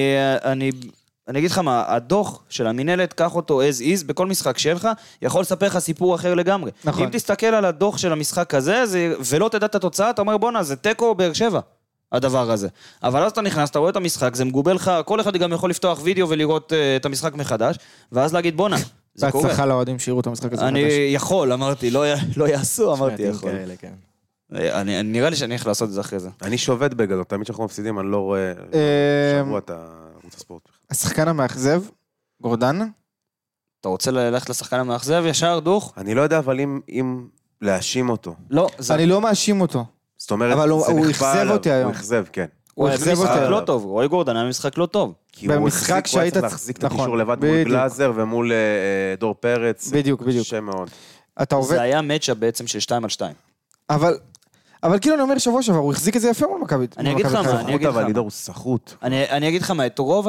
אני אגיד לך מה, הדוח של המנהלת, קח אותו as is, בכל משחק שלך, יכול לספר לך סיפור אחר לגמרי. נכון. אם תסתכל על הדוח של המשחק הזה, ולא תדע את התוצאה, אתה אומר, בונה, זה טקו באר שבע, הדבר הזה. אבל אז אתה נכנס, אתה רואה את המשחק, זה מגובל לך, כל אחד גם יכול לפתוח וידאו ולראות את המשחק מחדש, ואז להגיד, בונה, זה קורה. בהצלחה לאוהדים שיראו את המשחק הזה מחדש. אני יכול, אמרתי, לא יעשו, אמרתי, יכול. נראה לי שאני יכול לעשות את זה אחרי זה. אני שובת בגדול, תמיד שאנחנו מפסידים, אני לא רואה שבוע את ערוץ הספורט. השחקן המאכזב, גורדנה? אתה רוצה ללכת לשחקן המאכזב ישר, דוך? אני לא יודע, אבל אם להאשים אותו. לא, אני לא מאשים אותו. זאת אומרת, אבל הוא אכזב אותי היום. הוא אכזב, כן. הוא אכזב אותי לא טוב, רועי גורדן היה משחק לא טוב. כי הוא צריך להחזיק את הקישור לבד מול גלאזר ומול דור פרץ. בדיוק. קשה מאוד. זה היה מצ'אפ בעצם של 2-2. אבל כאילו אני אומר שבוע שעבר, הוא החזיק את זה יפה מול מכבי. אני אגיד לך מה, אבל לידור הוא סחוט. אני אגיד לך מה, את רוב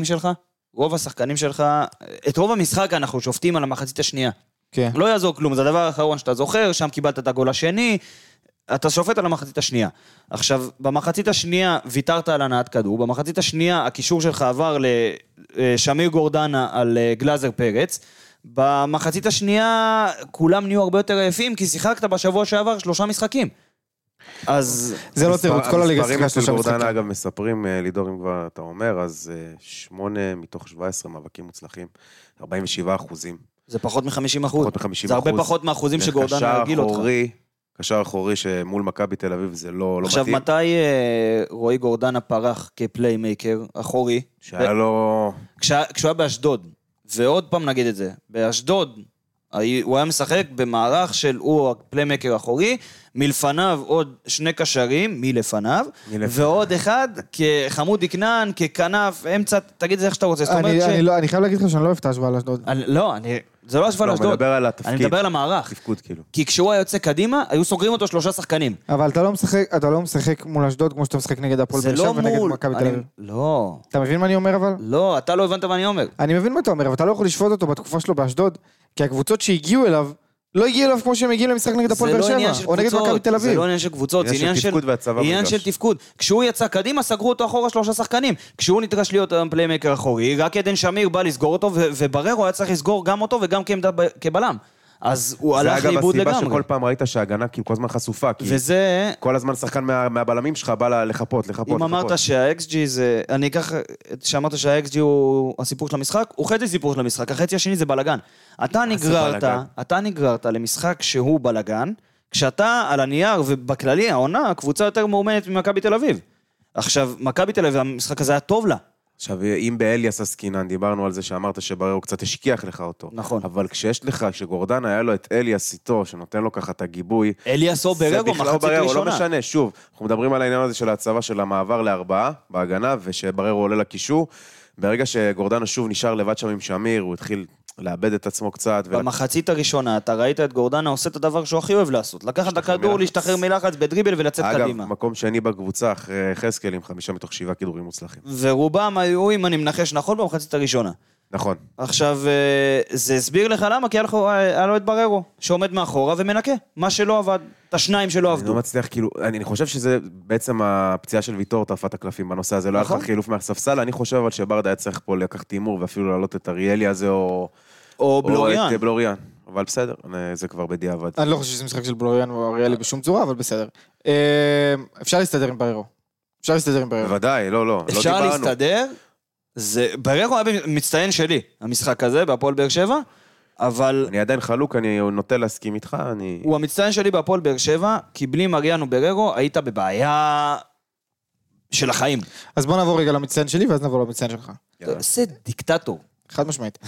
השחקנים שלך, את רוב המשחק אנחנו שופטים על המחצית השנייה. כן. לא יעזור כלום, זה הדבר האחרון שאתה זוכר, שם קיבלת את הגול השני, אתה שופט על המחצית השנייה. עכשיו, במחצית השנייה ויתרת על הנעת כדור, במחצית השנייה הקישור שלך עבר לשמיר גורדנה על גלאזר פרץ, במחצית השנייה כולם נהיו הרבה יותר עייפים, כי שיחקת בשבוע שעבר 3 משחקים. אז זה לא תירוץ, כל הליגה שיחקה 3 משחקים. גורדנה אגב מספרים, לידור אם כבר אתה אומר, אז 8 מתוך 17 מאבקים מוצלחים, 47%. זה פחות מ-50%. זה הרבה פחות מהאחוזים שגורדנה הרגיל אותך. קשר אחורי שמול מכבי תל אביב זה לא מתאים. עכשיו, מתי רועי גורדנה פרח כפליימייקר אחורי? שהיה לו... כשהוא היה באשדוד, ועוד פעם נגיד את זה, באשדוד הוא היה משחק במערך של הוא הפליימייקר אחורי, מלפניו עוד 2 קשרים, מלפניו, ועוד אחד כחמודי כנען, ככנף, אמצע, תגיד את זה איך שאתה רוצה. אני חייב להגיד לך שאני לא אוהב את ההשוואה לאשדוד. לא, זה לא השוואה לאשדוד. אני מדבר על המערך. תפקוד כאילו. כי כשהוא היה יוצא קדימה, היו סוגרים אותו 3 שחקנים. אבל אתה לא משחק מול אשדוד כמו שאתה משחק נגד הפועל באר שבע ונגד מכבי תל אביב. לא. אתה מבין מה אני אומר אבל? לא, אתה לא הבנת מה אני אומר. אני מבין מה אתה אומר, אבל אתה לא יכול לשפוט אותו בתקופה שלו באשדוד, כי הקבוצות שהגיעו אליו לא הגיעו אליו כמו שהם הגיעו למשחק נגד הפועל באר שבע, או נגד מכבי תל אביב. זה לא עניין של קבוצות, זה עניין של תפקוד. כשהוא יצא קדימה, סגרו אותו אחורה 3 שחקנים. כשהוא נדרש להיות פליימייקר אחורי, רק עדן שמיר בא לסגור אותו, ובררו היה צריך לסגור גם אותו וגם כבלם. אז הוא הלך לאיבוד לגמרי. זה אגב הסיבה שכל פעם ראית שההגנה כאילו כל הזמן חשופה, כי וזה... כל הזמן שחקן מהבלמים שלך בא לחפות. אם אמרת שה-XG זה... אני אקח... שאמרת שה-XG הוא הסיפור של המשחק, הוא חצי סיפור של המשחק, החצי השני זה בלגן. אתה נגררת למשחק שהוא בלגן, כשאתה על הנייר ובכללי העונה, הקבוצה יותר מאומנת ממכבי תל אביב. עכשיו, מכבי תל אביב, המשחק הזה היה טוב לה. עכשיו, אם באליאס עסקינן, דיברנו על זה שאמרת שבררו קצת השכיח לך אותו. נכון. אבל כשיש לך, כשגורדן היה לו את אליאס איתו, שנותן לו ככה את הגיבוי. אליאס או בררו, מחצית ראשונה. לא משנה, שוב, אנחנו מדברים על העניין הזה של ההצבה של המעבר ל4 בהגנה, ושבררו עולה לקישור, ברגע שגורדנה שוב נשאר לבד שם עם שמיר, הוא התחיל לאבד את עצמו קצת. במחצית הראשונה, אתה ראית את גורדנה עושה את הדבר שהוא הכי אוהב לעשות, לקחת את הכדור, להשתחרר מלחץ בדריבל ולצאת קדימה. אגב, מקום שני בקבוצה, אחרי חזקאל עם 5 מתוך 7 כדורים מוצלחים. ורובם היו, אם אני מנחש נכון, במחצית הראשונה. נכון. עכשיו, זה הסביר לך למה, כי היה לו את בררו, שעומד מאחורה ומנקה, מה שלא עבד, את השניים שלא עבדו. אני לא מצליח, כאילו, אני חושב שזה בעצם הפציעה של ויטור, טרפת הקלפים בנושא הזה, לא היה לך חילוף מהספסל, אני חושב אבל שברדה היה צריך פה לקחת תימור, ואפילו להעלות את אריאלי הזה, או בלוריאן. או את בלוריאן, אבל בסדר, זה כבר בדיעבד. אני לא חושב שזה משחק של בלוריאן או אריאלי בשום צורה, אבל בסדר. אפשר להסתדר עם בררו. אפשר להסתדר עם בררו. בוודאי, לא. אפשר להסתדר? בררו היה מצטיין שלי, המשחק הזה, בהפועל באר שבע, אבל... אני עדיין חלוק, אני נוטה להסכים איתך, הוא המצטיין שלי בהפועל באר שבע, כי בלי מריאנו בררו, היית בבעיה של החיים. אז בוא נעבור רגע למצטיין שלי, ואז נעבור למצטיין שלך. זה דיקטטור. חד משמעית.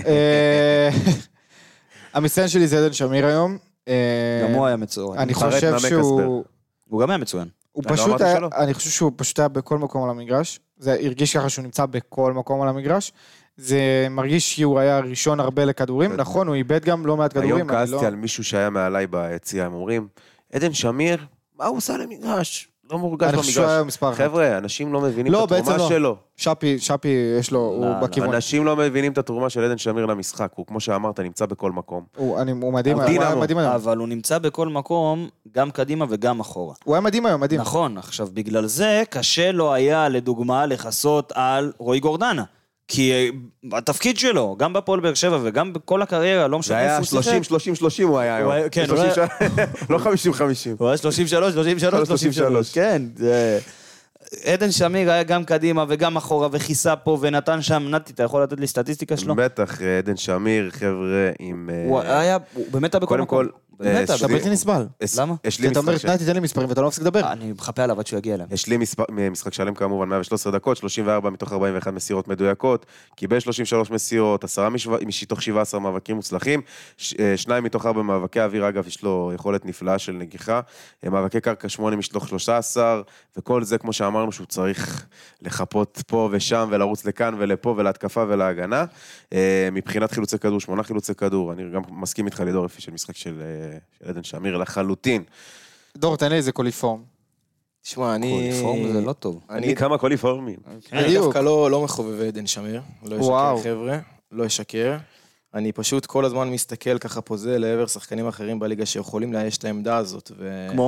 המצטיין שלי זה עדן שמיר היום. גם הוא היה מצוין. אני חושב שהוא... הוא גם היה מצוין. אני חושב שהוא פשוט היה בכל מקום על המגרש. זה הרגיש ככה שהוא נמצא בכל מקום על המגרש. זה מרגיש שהוא היה ראשון הרבה לכדורים. נכון, הוא איבד גם לא מעט כדורים. היום כעסתי על מישהו שהיה מעליי ביציאה, הם אומרים, עדן שמיר, מה הוא עושה למגרש? לא מורגש במגרש. חבר'ה, אנשים לא מבינים את התרומה שלו. שפי יש לו, הוא בכיוון. אנשים לא מבינים את התרומה של עדן שמיר למשחק. הוא, כמו שאמרת, נמצא בכל מקום. הוא מדהים היום. אבל הוא נמצא בכל מקום, גם קדימה וגם אחורה. הוא היה מדהים היום, מדהים. נכון, עכשיו, בגלל זה קשה לו היה, לדוגמה, לחסות על רועי גורדנה. כי התפקיד שלו, גם בפועל באר שבע וגם בכל הקריירה, לא משנה איפה הוא שיחק. זה היה 30-30 הוא היה היום. כן, לא 50-50. הוא היה 33. כן, עדן שמיר היה גם קדימה וגם אחורה וכיסה פה ונתן שם, נתי, אתה יכול לתת לי סטטיסטיקה שלו? בטח, עדן שמיר, חבר'ה, עם... הוא באמת היה בכל מקום. באמת, אתה בלתי נסבל. למה? כי אתה אומר, נתי, תן לי מספרים ואתה לא מפסיק לדבר. אני מחפה עליו עד שהוא יגיע אליהם. יש לי משחק שלם כמובן, 113 דקות, 34 מתוך 41 מסירות מדויקות, קיבל 33 מסירות, 10 מתוך 17 מאבקים מוצלחים, 2 מתוך 4 מאבקי אוויר, אגב, יש לו יכולת נפלאה של נגיחה, מאבקי קרקע 8 מתוך 13, וכל זה, כמו שאמרנו, שהוא צריך לחפות פה ושם, ולרוץ לכאן ולפה, ולהתקפה ולהגנה. מבחינת חילוצי כדור, 8 חילוצי כדור, אני גם מסכים איתך לידור יפי של משחק של עדן שמיר לחלוטין. דור, תן לי איזה קוליפורם. תשמע, קוליפורם זה לא טוב. אני כמה קוליפורמים. אני דווקא לא מחובב עדן שמיר. לא ישקר חבר'ה, לא ישקר. אני פשוט כל הזמן מסתכל ככה פה זה לעבר שחקנים אחרים בליגה שיכולים לאייש את העמדה הזאת. כמו?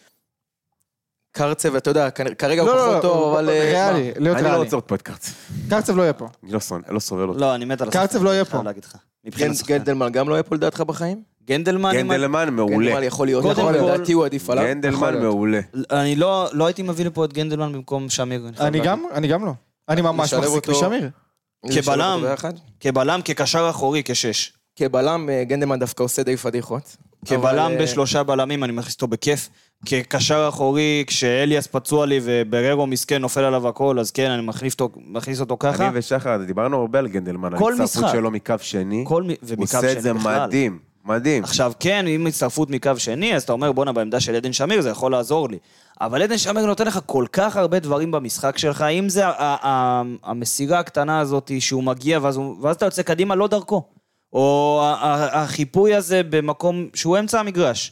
קרצב, אתה יודע, כרגע הוא פחות טוב, אבל... ריאלי, להיות ריאלי. אני לא רוצה עוד פה את קרצב. קרצב לא יהיה פה. אני לא סובל אותו. לא, אני מת על השחקן. קרצב לא יהיה פה. גנדלמן גם לא יהיה פה לדעתך בחיים? גנדלמן מעולה. גנדלמן יכול להיות, לדעתי הוא עדיף עליו. גנדלמן מעולה. אני לא הייתי מביא לפה את גנדלמן במקום שמיר. אני גם לא. אני ממש מחזיק בשמיר. כבלם, כקשר אחורי, כשש. כבלם, גנדלמן דווקא עושה די פדיחות. כבלם בשלושה בלמים, אני מכניס אותו בכיף. כקשר אחורי, כשאליאס פצוע לי ובררו מסכן נופל עליו הכל, אז כן, אני מכניס אותו ככה. אני ושחר, דיברנו הרבה על גנדלמן, על הצטרפות שלו מקו שני, הוא עושה את זה מדהים, מדהים. עכשיו כן, אם הצטרפות מקו שני, אז אתה אומר, בונה, בעמדה של עדן שמיר, זה יכול לעזור לי. אבל עדן שמיר נותן לך כל כך הרבה דברים במשחק שלך, אם זה המסירה הקטנה הזאת שהוא מגיע, ואז אתה יוצא קדימה לא דרכו. או החיפוי הזה במקום שהוא אמצע המגרש.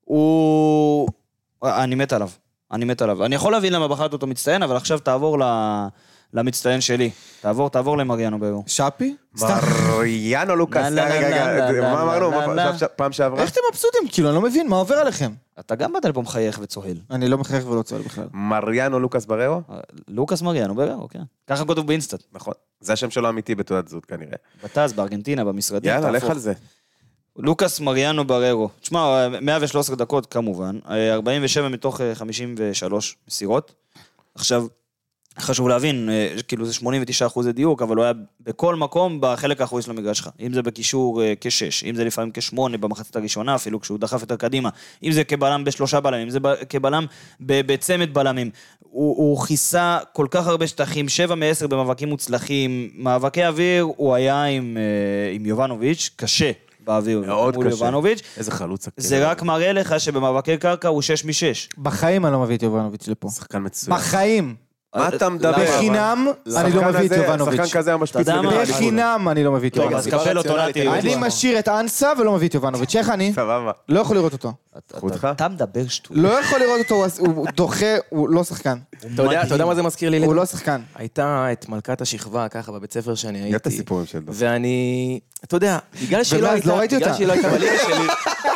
אני מת עליו. אני יכול להבין למה בחרת אותו מצטיין, אבל עכשיו תעבור למצטיין שלי. תעבור למריאנו בררו. שפי? מריאנו לוקאס. מה אמרנו? פעם שעברה? איך אתם מבסוטים? כאילו, אני לא מבין, מה עובר עליכם? אתה גם באת לפה מחייך וצוהל. אני לא מחייך ולא צוהל בכלל. מריאנו לוקאס בררו? לוקאס מריאנו בררו, כן. ככה כותב באינסטנט. נכון. זה השם שלו אמיתי בתעודת זהות כנראה. בטז, בארגנטינה, במשרדים. יאללה, לך על זה. לוקאס מריאנו בררו. תשמע, 113 דקות כמובן, 47 מתוך 53 מסירות. עכשיו, חשוב להבין, כאילו זה 89% דיוק, אבל הוא היה בכל מקום בחלק האחורי של המגרש שלך. אם זה בקישור כ-6, אם זה לפעמים כ-8 במחצית הראשונה, אפילו כשהוא דחף יותר קדימה, אם זה כבלם בשלושה בלמים, אם זה כבלם בצמד בלמים. הוא חיסה כל כך הרבה שטחים, 7 מ-10 במאבקים מוצלחים, מאבקי אוויר, הוא היה עם יובנוביץ', קשה. באוויר, מאוד קשה. יובנוביץ'. איזה חלוץ. זה רק מראה לך שבמאבקי קרקע הוא 6 מ-6. בחיים אני לא מביא את יובנוביץ' לפה. שחקן מצוין. בחיים. מה אתה מדבר? בחינם, אני לא מביא את יובנוביץ'. שחקן כזה המשפיץ. בחינם, אני לא מביא את יובנוביץ'. אז קפל אותו, אני משאיר את אנסה ולא מביא את יובנוביץ'. איך אני? סבבה. לא יכול לראות אותו. אתה מדבר שטות. לא יכול לראות אותו, הוא דוחה, הוא לא שחקן. אתה יודע מה זה מזכיר לי? הוא לא שחקן. הייתה את מלכת השכבה, ככה, בבית ספר שאני הייתי. את הסיפורים של דור. ואני, אתה יודע, בגלל שהיא לא הייתה בליגה שלי,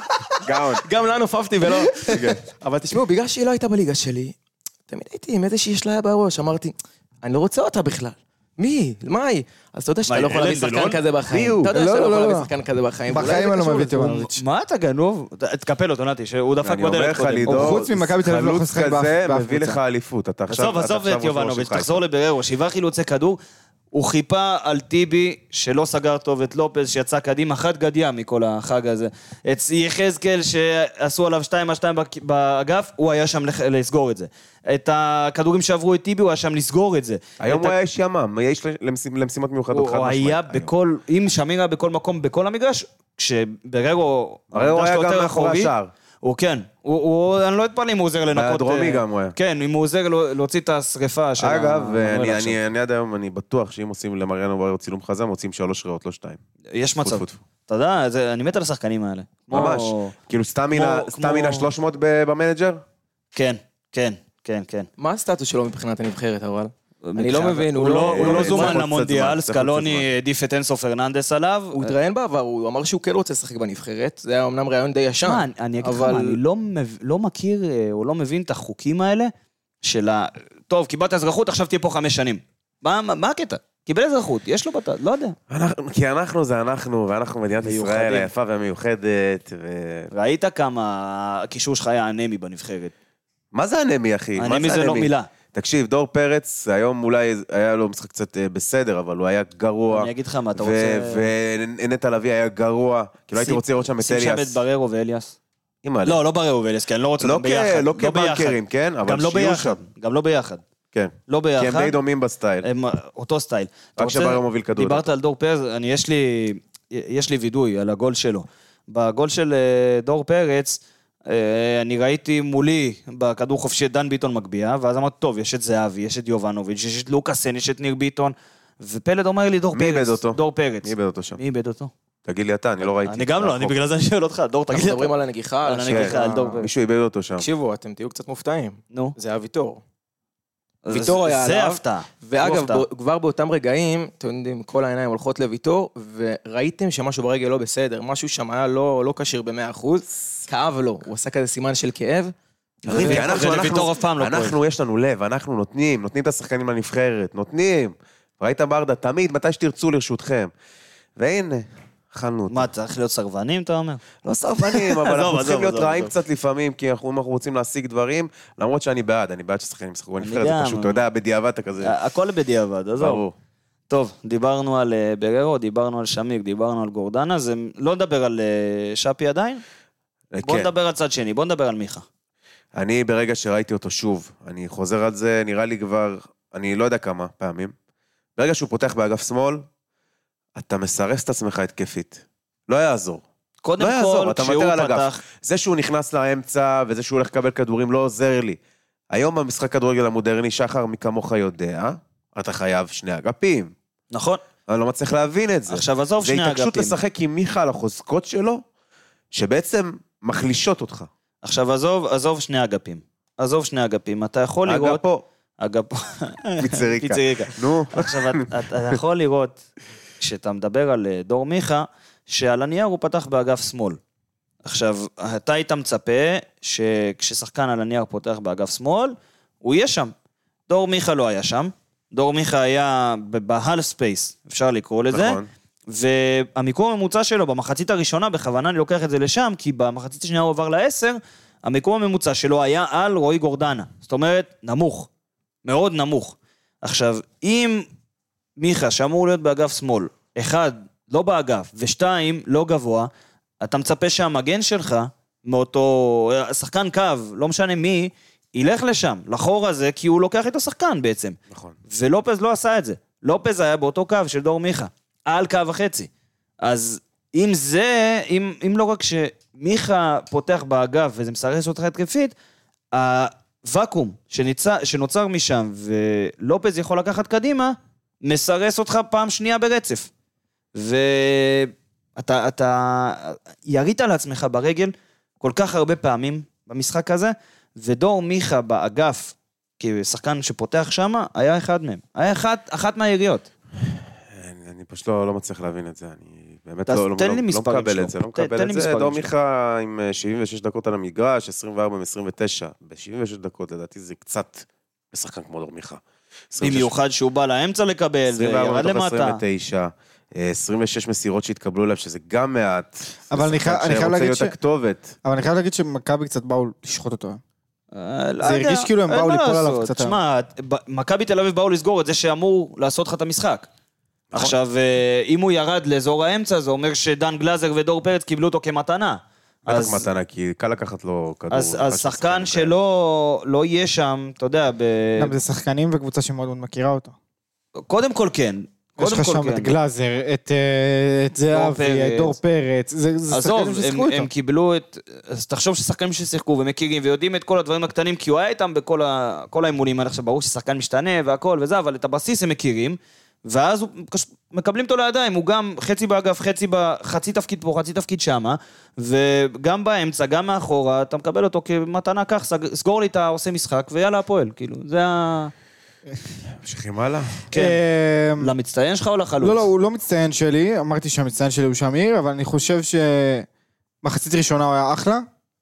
גם לנו פפתי ולא. אבל תשמעו, בגלל שהיא לא הייתה בליגה שלי, תמיד הייתי עם איזושהי אשליה בראש, אמרתי, אני לא רוצה אותה בכלל. מי? מה היא? אז אתה יודע שאתה לא יכול להביא שחקן כזה בחיים. אתה יודע שאתה לא יכול להביא שחקן כזה בחיים. בחיים אני לא מביא את יובנוביץ'. מה אתה גנוב? תקפל אותו, נתי, שהוא דפק בדלת קודם. חוץ ממכבי תל אביב לא יכול לשחק באף כזה מביא לך אליפות. עזוב את יובנוביץ', תחזור לבררו, 7 חילוצי כדור, הוא חיפה על טיבי שלא סגר טוב את לופז שיצא קדימה, חד גדיה מכל החג הזה. את יחזקאל שעשו עליו 2-2 באגף, הוא היה שם לסגור את זה. את הכדורים שעברו את טיבי, הוא היה שם לסגור את זה. היום הוא היה איש ימם, יש למשימות מיוחדות. הוא היה בכל, אם שמיר היה בכל מקום, בכל המגרש, כשבררו היה גם מאחורי השער. הוא כן, אני לא אתפעל אם הוא עוזר לנקות. הדרומי גם הוא היה. כן, אם הוא עוזר להוציא את השריפה של... אגב, אני עד היום, אני בטוח שאם עושים למריאנו ברר צילום חזה, מוצאים 3 ריאות, לא 2. יש מצב. אתה יודע, אני מת על השחקנים האלה. ממש. כאילו סטמינה 300 במנג'ר? כן, כן, כן, כן. מה הסטטוס שלו מבחינת הנבחרת, אבל? אני לא מבין, הוא לא זומן למונדיאל, סקלוני העדיף את אנסו פרננדס עליו. הוא התראיין בעבר, הוא אמר שהוא כן רוצה לשחק בנבחרת, זה היה אמנם רעיון די ישן. אני אגיד לך מה, אני לא מכיר, או לא מבין את החוקים האלה, של טוב, קיבלת אזרחות, עכשיו תהיה פה 5 שנים. מה הקטע? קיבל אזרחות, יש לו בטח, לא יודע. כי אנחנו זה אנחנו, ואנחנו מדינת ישראל היפה והמיוחדת. ראית כמה הקישור שלך היה אנמי בנבחרת? מה זה אנמי, אחי? אנמי זה לא מילה. תקשיב, דור פרץ, היום אולי היה לו משחק קצת בסדר, אבל הוא היה גרוע. אני אגיד לך מה אתה רוצה... ונטע לביא היה גרוע, כאילו הייתי רוצה לראות שם את אליאס. שים שם את בררו ואליאס. לא בררו ואליאס, כי אני לא רוצה אותם ביחד. לא כבנקרים, כן? גם לא ביחד. גם לא ביחד. כן. לא ביחד. כי הם די דומים בסטייל. אותו סטייל. רק שבררו מוביל כדור. דיברת על דור פרץ, יש לי וידוי על הגול שלו. בגול של דור פרץ, אני ראיתי מולי בכדור חופשי דן ביטון מגביע, ואז אמרתי, טוב, יש את זהבי, יש את יובנוביץ', יש את לוקאסן, יש את ניר ביטון, ופלד אומר לי, דור פרץ. מי איבד אותו? דור פרץ. מי איבד אותו שם? מי איבד אותו? תגיד לי אתה, אני לא ראיתי. אני גם לא, אני בגלל זה שואל אותך, דור, תגיד לי. אנחנו מדברים על הנגיחה, על דור פרץ. מישהו איבד אותו שם. תקשיבו, אתם תהיו קצת מופתעים. נו. זה היה ויטור. ויטור היה עליו. זה הפתעה. ואגב, כבר באותם רגעים, אתם יודעים, כל העיניים הולכות לויטור, וראיתם שמשהו ברגל לא בסדר, משהו שם היה לא קשיר ב100%, כאב לו, הוא עשה כזה סימן של כאב. אנחנו, יש לנו לב, אנחנו נותנים את השחקנים לנבחרת, נותנים. ראית ברדה, תמיד, מתי שתרצו לרשותכם. והנה, אכלנו אותה. מה, צריך להיות סרבנים, אתה אומר? לא סרבנים, אבל אנחנו צריכים להיות רעים קצת לפעמים, כי אנחנו רוצים להשיג דברים, למרות שאני בעד ששחקנים ישחקו בנבחרת, זה פשוט, אתה יודע, בדיעבד אתה כזה. הכל בדיעבד, עזוב. טוב, דיברנו על בררו, דיברנו על שמיר, דיברנו על גורדנה, אז לא נדבר על שפי עדיין? בוא נדבר על צד שני, בוא נדבר על מיכה. אני ברגע שראיתי אותו שוב, אני חוזר על זה, נראה לי כבר, אני לא יודע כמה פעמים, ברגע שהוא פותח באגף שמאל, אתה מסרס את עצמך התקפית. לא יעזור. קודם כל, כשהוא פתח... זה שהוא נכנס לאמצע, וזה שהוא הולך לקבל כדורים, לא עוזר לי. היום במשחק כדורגל המודרני, שחר מכמוך יודע, אתה חייב 2 אגפים. נכון. אני לא מצליח להבין את זה. עכשיו, עזוב 2 אגפים. זה התעקשות לשחק עם מיכה על החוזקות שלו, שבעצם מחלישות אותך. עכשיו, עזוב 2 אגפים. עזוב 2 אגפים. אתה יכול לראות... אגפו. פיצריקה. נו. עכשיו, אתה יכול לראות... כשאתה מדבר על דור מיכה, שעל הנייר הוא פתח באגף שמאל. עכשיו, אתה היית מצפה שכששחקן על הנייר פותח באגף שמאל, הוא יהיה שם. דור מיכה לא היה שם. דור מיכה היה בהל ספייס, אפשר לקרוא לזה. נכון. והמיקום הממוצע שלו במחצית הראשונה, בכוונה אני לוקח את זה לשם, כי במחצית השנייה הוא עבר ל10, המיקום הממוצע שלו היה על רועי גורדנה. זאת אומרת, נמוך. מאוד נמוך. עכשיו, אם... מיכה, שאמור להיות באגף שמאל, 1, לא באגף, ו2, לא גבוה, אתה מצפה שהמגן שלך, מאותו, שחקן קו, לא משנה מי, ילך לשם, לחור הזה, כי הוא לוקח את השחקן בעצם. נכון. ולופז לא עשה את זה. לופז היה באותו קו של דור מיכה, על קו החצי. אז אם זה, אם לא רק שמיכה פותח באגף, וזה מסרס אותך התקפית, הוואקום שנוצר משם, ולופז יכול לקחת קדימה, מסרס אותך פעם שנייה ברצף. ואתה ירית על עצמך ברגל כל כך הרבה פעמים במשחק הזה, ודור מיכה באגף, כשחקן שפותח שם, היה אחד מהם. היה אחת מהיריות. אני פשוט לא מצליח להבין את זה, אני באמת לא מקבל את זה, לא מקבל את זה. דור מיכה עם 76 דקות על המגרש, 24 מ-29, ב-76 דקות לדעתי זה קצת לשחקן כמו דור מיכה. במיוחד שהוא בא לאמצע לקבל, וירד למטה. 29, 26 מסירות שהתקבלו אליו, שזה גם מעט. אבל אני חייב להגיד שמכבי קצת באו לשחוט אותו. זה הרגיש כאילו הם באו ליפול עליו קצת. תשמע, מכבי תל אביב באו לסגור את זה שאמור לעשות לך את המשחק. עכשיו, אם הוא ירד לאזור האמצע, זה אומר שדן גלאזר ודור פרץ קיבלו אותו כמתנה. בטח מתנה, כי קל לקחת לו כדור. אז שחקן שלא יהיה שם, אתה יודע, גם זה שחקנים וקבוצה שמאוד מאוד מכירה אותו. קודם כל כן. יש לך שם את גלאזר, את זהבי, את דור פרץ, זה שחקנים ששיחקו איתם. הם קיבלו את... אז תחשוב ששחקנים ששיחקו ומכירים ויודעים את כל הדברים הקטנים, כי הוא היה איתם בכל האימונים, עכשיו ברור ששחקן משתנה והכל וזה, אבל את הבסיס הם מכירים, ואז מקבלים אותו לידיים, הוא גם חצי באגף, חצי תפקיד פה, חצי תפקיד שמה, וגם באמצע, גם מאחורה, אתה מקבל אותו כמתנה כך, סגור לי, אתה עושה משחק, ויאללה הפועל, כאילו, זה ה... ממשיכים הלאה? כן. למצטיין שלך או לחלוץ? לא, הוא לא מצטיין שלי, אמרתי שהמצטיין שלי הוא שמיר, אבל אני חושב שמחצית ראשונה הוא היה אחלה,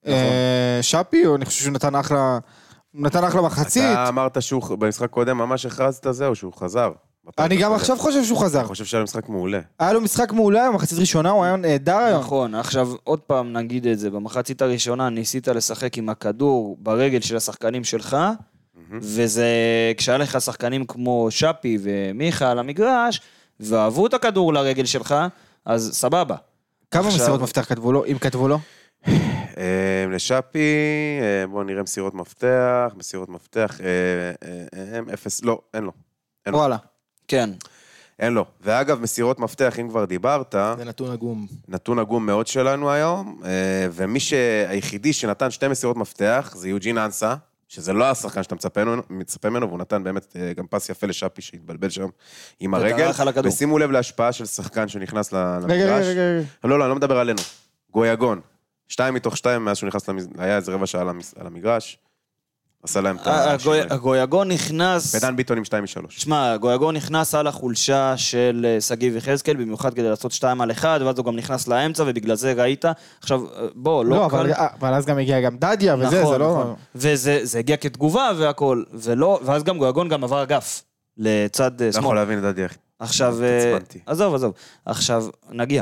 שפי, או אני חושב שהוא נתן אחלה מחצית. אתה אמרת שהוא במשחק קודם ממש הכרזת זהו, שהוא חזר. אני גם עכשיו חושב שהוא חזר. אני חושב שהיה לו משחק מעולה. היה לו משחק מעולה, במחצית ראשונה הוא היה נהדר היום. נכון, עכשיו עוד פעם נגיד את זה, במחצית הראשונה ניסית לשחק עם הכדור ברגל של השחקנים שלך, וזה כשהיה לך שחקנים כמו שפי ומיכה על המגרש, ואהבו את הכדור לרגל שלך, אז סבבה. כמה מסירות מפתח כתבו לו, אם כתבו לו? לשפי, בואו נראה מסירות מפתח, אפס, לא, אין לו. וואלה. כן. אין לו. ואגב, מסירות מפתח, אם כבר דיברת... זה נתון עגום. נתון עגום מאוד שלנו היום, ומי היחידי שנתן 2 מסירות מפתח, זה יוג'ין אנסה, שזה לא השחקן שאתה מצפה ממנו, והוא נתן באמת גם פס יפה לשפי שהתבלבל שם עם הרגל, ושימו לב להשפעה של שחקן שנכנס למגרש. לא, אני לא מדבר עלינו. גויגון. 2 מתוך 2 מאז שהוא נכנס, היה איזה רבע שעה על המגרש, עשה להם את הגויגון נכנס... ודן ביטון עם 2-3. שמע, הגויגון נכנס על החולשה של סגיב יחזקאל, במיוחד כדי לעשות 2-1, ואז הוא גם נכנס לאמצע, ובגלל זה ראית. עכשיו, בוא, לא קל... אבל אז גם הגיע גם דדיה, וזה, זה לא... וזה הגיע כתגובה והכל, ואז גם גויגון גם עבר אגף, לצד שמאל. לא יכול להבין דדיה. עכשיו, עזוב. עכשיו, נגיע.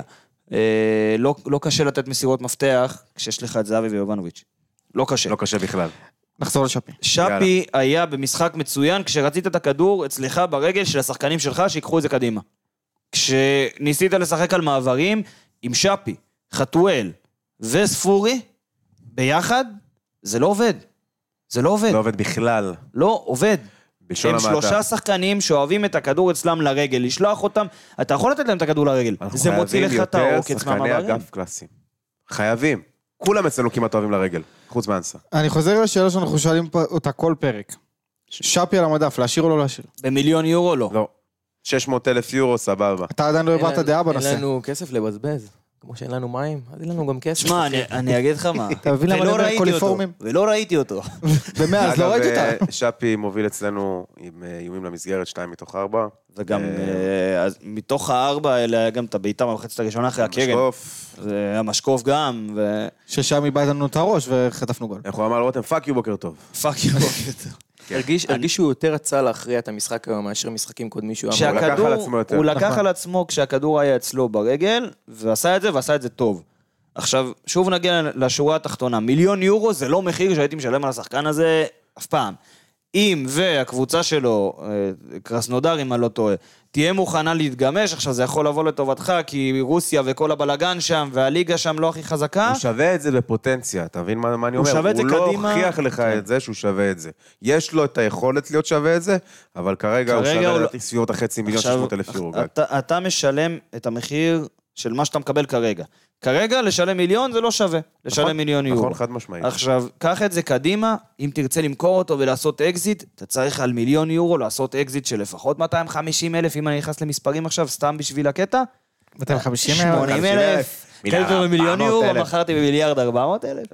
לא קשה לתת מסירות מפתח, כשיש לך את זהבי ויובנוביץ'. לא קשה. לא קשה בכלל. נחזור לשפי. שפי היה במשחק מצוין כשרצית את הכדור אצלך ברגל של השחקנים שלך שיקחו את זה קדימה. כשניסית לשחק על מעברים עם שפי, חתואל וספורי ביחד, זה לא עובד. זה לא עובד. לא עובד בכלל. לא עובד. הם 3 שחקנים שאוהבים את הכדור אצלם לרגל, לשלוח אותם, אתה יכול לתת להם את הכדור לרגל. זה מוציא לך את העוקץ מהמעברים. שחקני אגף קלאסיים. חייבים. כולם אצלנו כמעט אוהבים לרגל, חוץ מאנסה. אני חוזר לשאלה שאנחנו שואלים אותה כל פרק. שפי על המדף, להשאיר או לא להשאיר? במיליון יורו לא. לא. 600,000 יורו, סבבה. אתה עדיין לא הבאת דעה בנושא. אין לנו כסף לבזבז. כמו שאין לנו מים, אז אין לנו גם כסף. שמע, אני אגיד לך מה. אתה מבין למה אני קוליפורמים? ולא ראיתי אותו. ומאז לא ראיתי אותה. שפי מוביל אצלנו עם איומים למסגרת 2 מתוך 4. וגם מתוך 4 האלה היה גם את הביתה במחצית הראשונה אחרי הקרן. משקוף. זה היה משקוף גם. ששם איבד לנו את הראש וחטפנו גול. איך הוא אמר לרותם, פאק יו בוקר טוב. פאק יו בוקר טוב. הרגיש שהוא יותר רצה להכריע את המשחק היום מאשר משחקים קודמי שהוא אמר. הוא לקח על עצמו כשהכדור היה אצלו ברגל, ועשה את זה טוב. עכשיו, שוב נגיע לשורה התחתונה. 1,000,000 יורו זה לא מחיר שהייתי משלם על השחקן הזה אף פעם. אם והקבוצה שלו, קרסנודר אם אני לא טועה, תהיה מוכנה להתגמש, עכשיו זה יכול לבוא לטובתך, כי רוסיה וכל הבלגן שם, והליגה שם לא הכי חזקה. הוא שווה את זה בפוטנציה, אתה מבין מה אני אומר? הוא לא הוכיח לך את זה שהוא שווה את זה. יש לו את היכולת להיות שווה את זה, אבל כרגע הוא שווה לדעתי סביבות 500,000 600,000 יורו. אתה משלם את המחיר של מה שאתה מקבל כרגע. כרגע, לשלם מיליון זה לא שווה, לשלם מיליון יורו. נכון, חד משמעית. עכשיו, קח את זה קדימה, אם תרצה למכור אותו ולעשות אקזיט, אתה צריך על מיליון יורו לעשות אקזיט של לפחות 250,000, אם אני נכנס למספרים עכשיו, סתם בשביל הקטע. 250,000. 80,000. קלטו במיליון יורו, מכרתי במיליארד 400,000.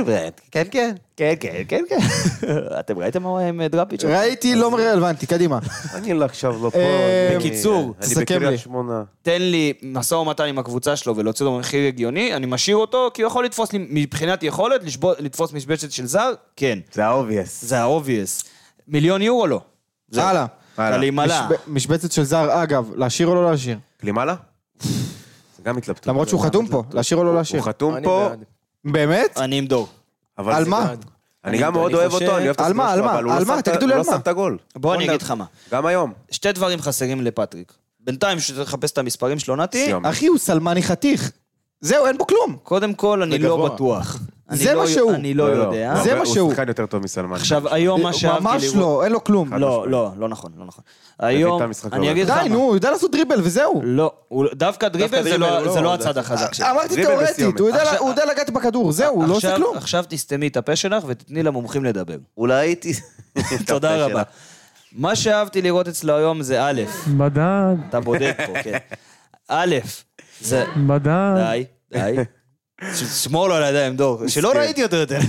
כן. אתם ראיתם מה עם דראפיץ'? ראיתי, לא רלוונטי, קדימה. אני לא עכשיו לא פה. בקיצור, תסכם לי. תן לי משא ומתן עם הקבוצה שלו ולהוציא לו מחיר הגיוני, אני משאיר אותו, כי הוא יכול לתפוס לי, מבחינת יכולת, לתפוס משבצת של זר, כן. זה האובייס. זה האובייס. מיליון יורו לא. הלאה. קלימלה. משבצת של זר, אגב, להשאיר או לא להשאיר? קלימלה? זה גם התלבטות. למרות שהוא חתום פה, להשאיר או לא להשאיר? הוא חתום פה. באמת? אני עם דור. על מה? אני גם מאוד אוהב אותו, אני אוהב את הסגנון שלו, אבל הוא לא שם את הגול. בוא אני אגיד לך מה. גם היום. שתי דברים חסרים לפטריק. בינתיים שצריך לחפש את המספרים שלו נתי. אחי, הוא סלמני חתיך. זהו, אין בו כלום. קודם כל, אני לא בטוח. זה מה שהוא. אני לא יודע. זה מה שהוא. הוא שחקן יותר טוב מסלמני. עכשיו, היום מה שאהבתי לראות... ממש לא, אין לו כלום. לא נכון. היום, אני אגיד לך מה. די, נו, הוא יודע לעשות דריבל וזהו. לא, דווקא דריבל זה לא הצד החזק שלו. אמרתי תיאורטית, הוא יודע לגעת בכדור, זהו, הוא לא עושה כלום. עכשיו תסתמי את הפה שלך ותתני למומחים לדבר. אולי הייתי... תודה רבה. מה שאהבתי לראות אצלו היום זה א', מדד. אתה בודק פה, כן. א', זה... מדד. די. שמור לו על הידיים, דור, שלא ראיתי אותו יותר.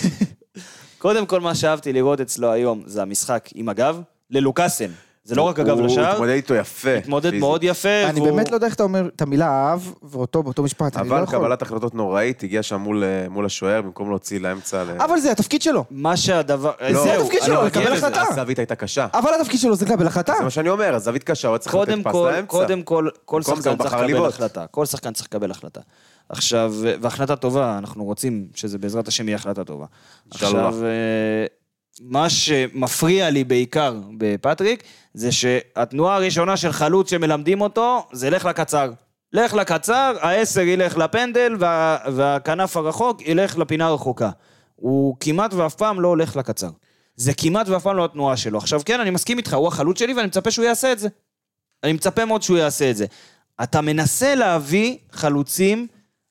קודם כל מה שאהבתי לראות אצלו היום זה המשחק עם הגב ללוקאסן. זה לא רק הגב לשער. הוא התמודד איתו יפה. התמודד מאוד יפה. אני באמת לא יודע איך אתה אומר את המילה אהב, ואותו באותו משפט, אני לא יכול. אבל קבלת החלטות נוראית, הגיע שם מול השוער, במקום להוציא לאמצע... אבל זה התפקיד שלו. מה שהדבר... זה התפקיד שלו, לקבל החלטה. הזווית הייתה קשה. אבל התפקיד שלו זה לקבל החלטה. זה מה שאני אומר, הזווית קשה, הוא צריך לתת פס לאמצע. קודם כל, כל שחקן צריך לקבל החלטה. כל שחקן צריך לקבל החלטה. עכשיו, והחלטה טובה, אנחנו רוצים שזה בעזרת השם יהיה החלטה טובה. עכשיו, מה שמפריע לי בעיקר בפטריק, זה שהתנועה הראשונה של חלוץ שמלמדים אותו, זה לך לקצר. לך לקצר, ה10 ילך לפנדל, והכנף הרחוק ילך לפינה הרחוקה. הוא כמעט ואף פעם לא הולך לקצר. זה כמעט ואף פעם לא התנועה שלו. עכשיו כן, אני מסכים איתך, הוא החלוץ שלי, ואני מצפה שהוא יעשה את זה. אני מצפה מאוד שהוא יעשה את זה. אתה מנסה להביא חלוצים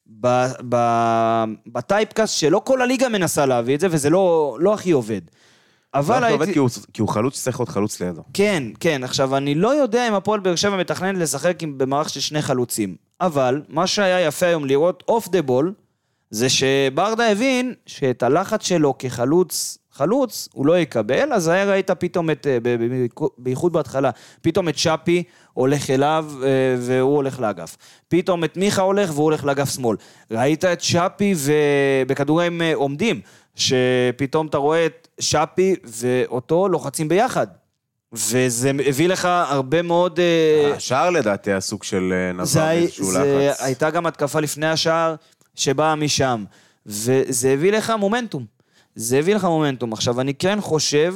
בטייפקאסט שלא כל הליגה מנסה להביא את זה, וזה לא הכי עובד. אבל הייתי... כי הוא חלוץ שצריך להיות חלוץ לידו. כן. עכשיו, אני לא יודע אם הפועל באר שבע מתכנן לשחק במערך של שני חלוצים. אבל, מה שהיה יפה היום לראות אוף דה בול, זה שברדה הבין שאת הלחץ שלו חלוץ, הוא לא יקבל, אז ראית פתאום בייחוד בהתחלה, פתאום את שפי הולך אליו והוא הולך לאגף. פתאום את מיכה הולך והוא הולך לאגף שמאל. ראית את שפי ובכדורים עומדים, שפתאום אתה רואה את שפי ואותו לוחצים ביחד. וזה הביא לך הרבה מאוד... השער לדעתי הסוג של נבר איזשהו לחץ. הייתה גם התקפה לפני השער שבאה משם, וזה הביא לך מומנטום. עכשיו, אני כן חושב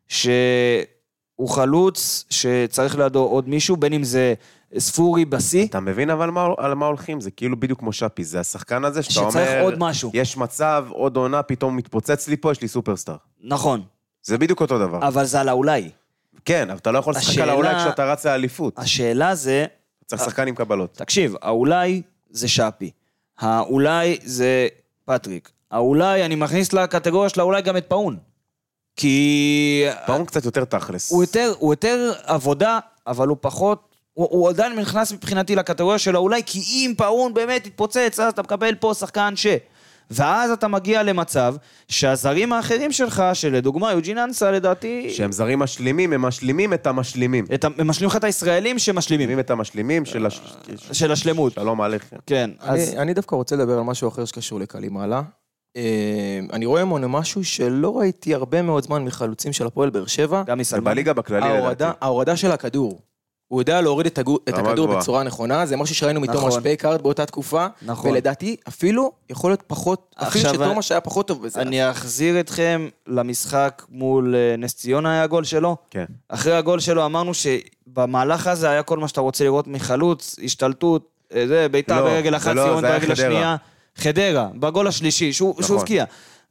שהוא חלוץ שצריך לידו עוד מישהו, בין אם זה ספורי בסי. אתה מבין אבל על מה הולכים? זה כאילו בדיוק כמו שפי, זה השחקן הזה שאתה אומר... שצריך עוד משהו. יש מצב, עוד עונה, פתאום מתפוצץ לי פה, יש לי סופרסטאר. נכון. זה בדיוק אותו דבר. אבל זה על האולי. כן, אבל אתה לא יכול לשחק על האולי כשאתה רץ לאליפות. השאלה זה... צריך שחקן עם קבלות. תקשיב, האולי זה שפי. האולי זה פטריק. האולי, אני מכניס לקטגוריה של האולי גם את פאון. כי... פאון קצת יותר תכלס. הוא יותר עבודה, אבל הוא פחות... הוא עדיין נכנס מבחינתי לקטגוריה של האולי, כי אם פאון באמת יתפוצץ, אז אתה מקבל פה שחקן ואז אתה מגיע למצב שהזרים האחרים שלך, שלדוגמה יוג'ין אנסה לדעתי... שהם זרים משלימים, הם משלימים את המשלימים. הם משלימים לך את הישראלים שמשלימים. את המשלימים של השלמות. שלום עליכם. כן. אני דווקא רוצה לדבר על משהו אחר שקשור לקלימלה. אני רואה משהו שלא ראיתי הרבה מאוד זמן מחלוצים של הפועל באר שבע. גם מסלמן. בליגה בכללי לדעתי. ההורדה של הכדור. הוא יודע להוריד את הכדור בצורה נכונה, זה משהו שראינו מתומש פייקארד באותה תקופה, ולדעתי אפילו יכול להיות פחות, אפילו שתומש היה פחות טוב בזה. אני אחזיר אתכם למשחק מול נס ציונה היה הגול שלו. כן. אחרי הגול שלו אמרנו שבמהלך הזה היה כל מה שאתה רוצה לראות מחלוץ, השתלטות, ביתה ברגל אחת, ציון ברגל השנייה, חדרה, בגול השלישי, שהוא הבקיע.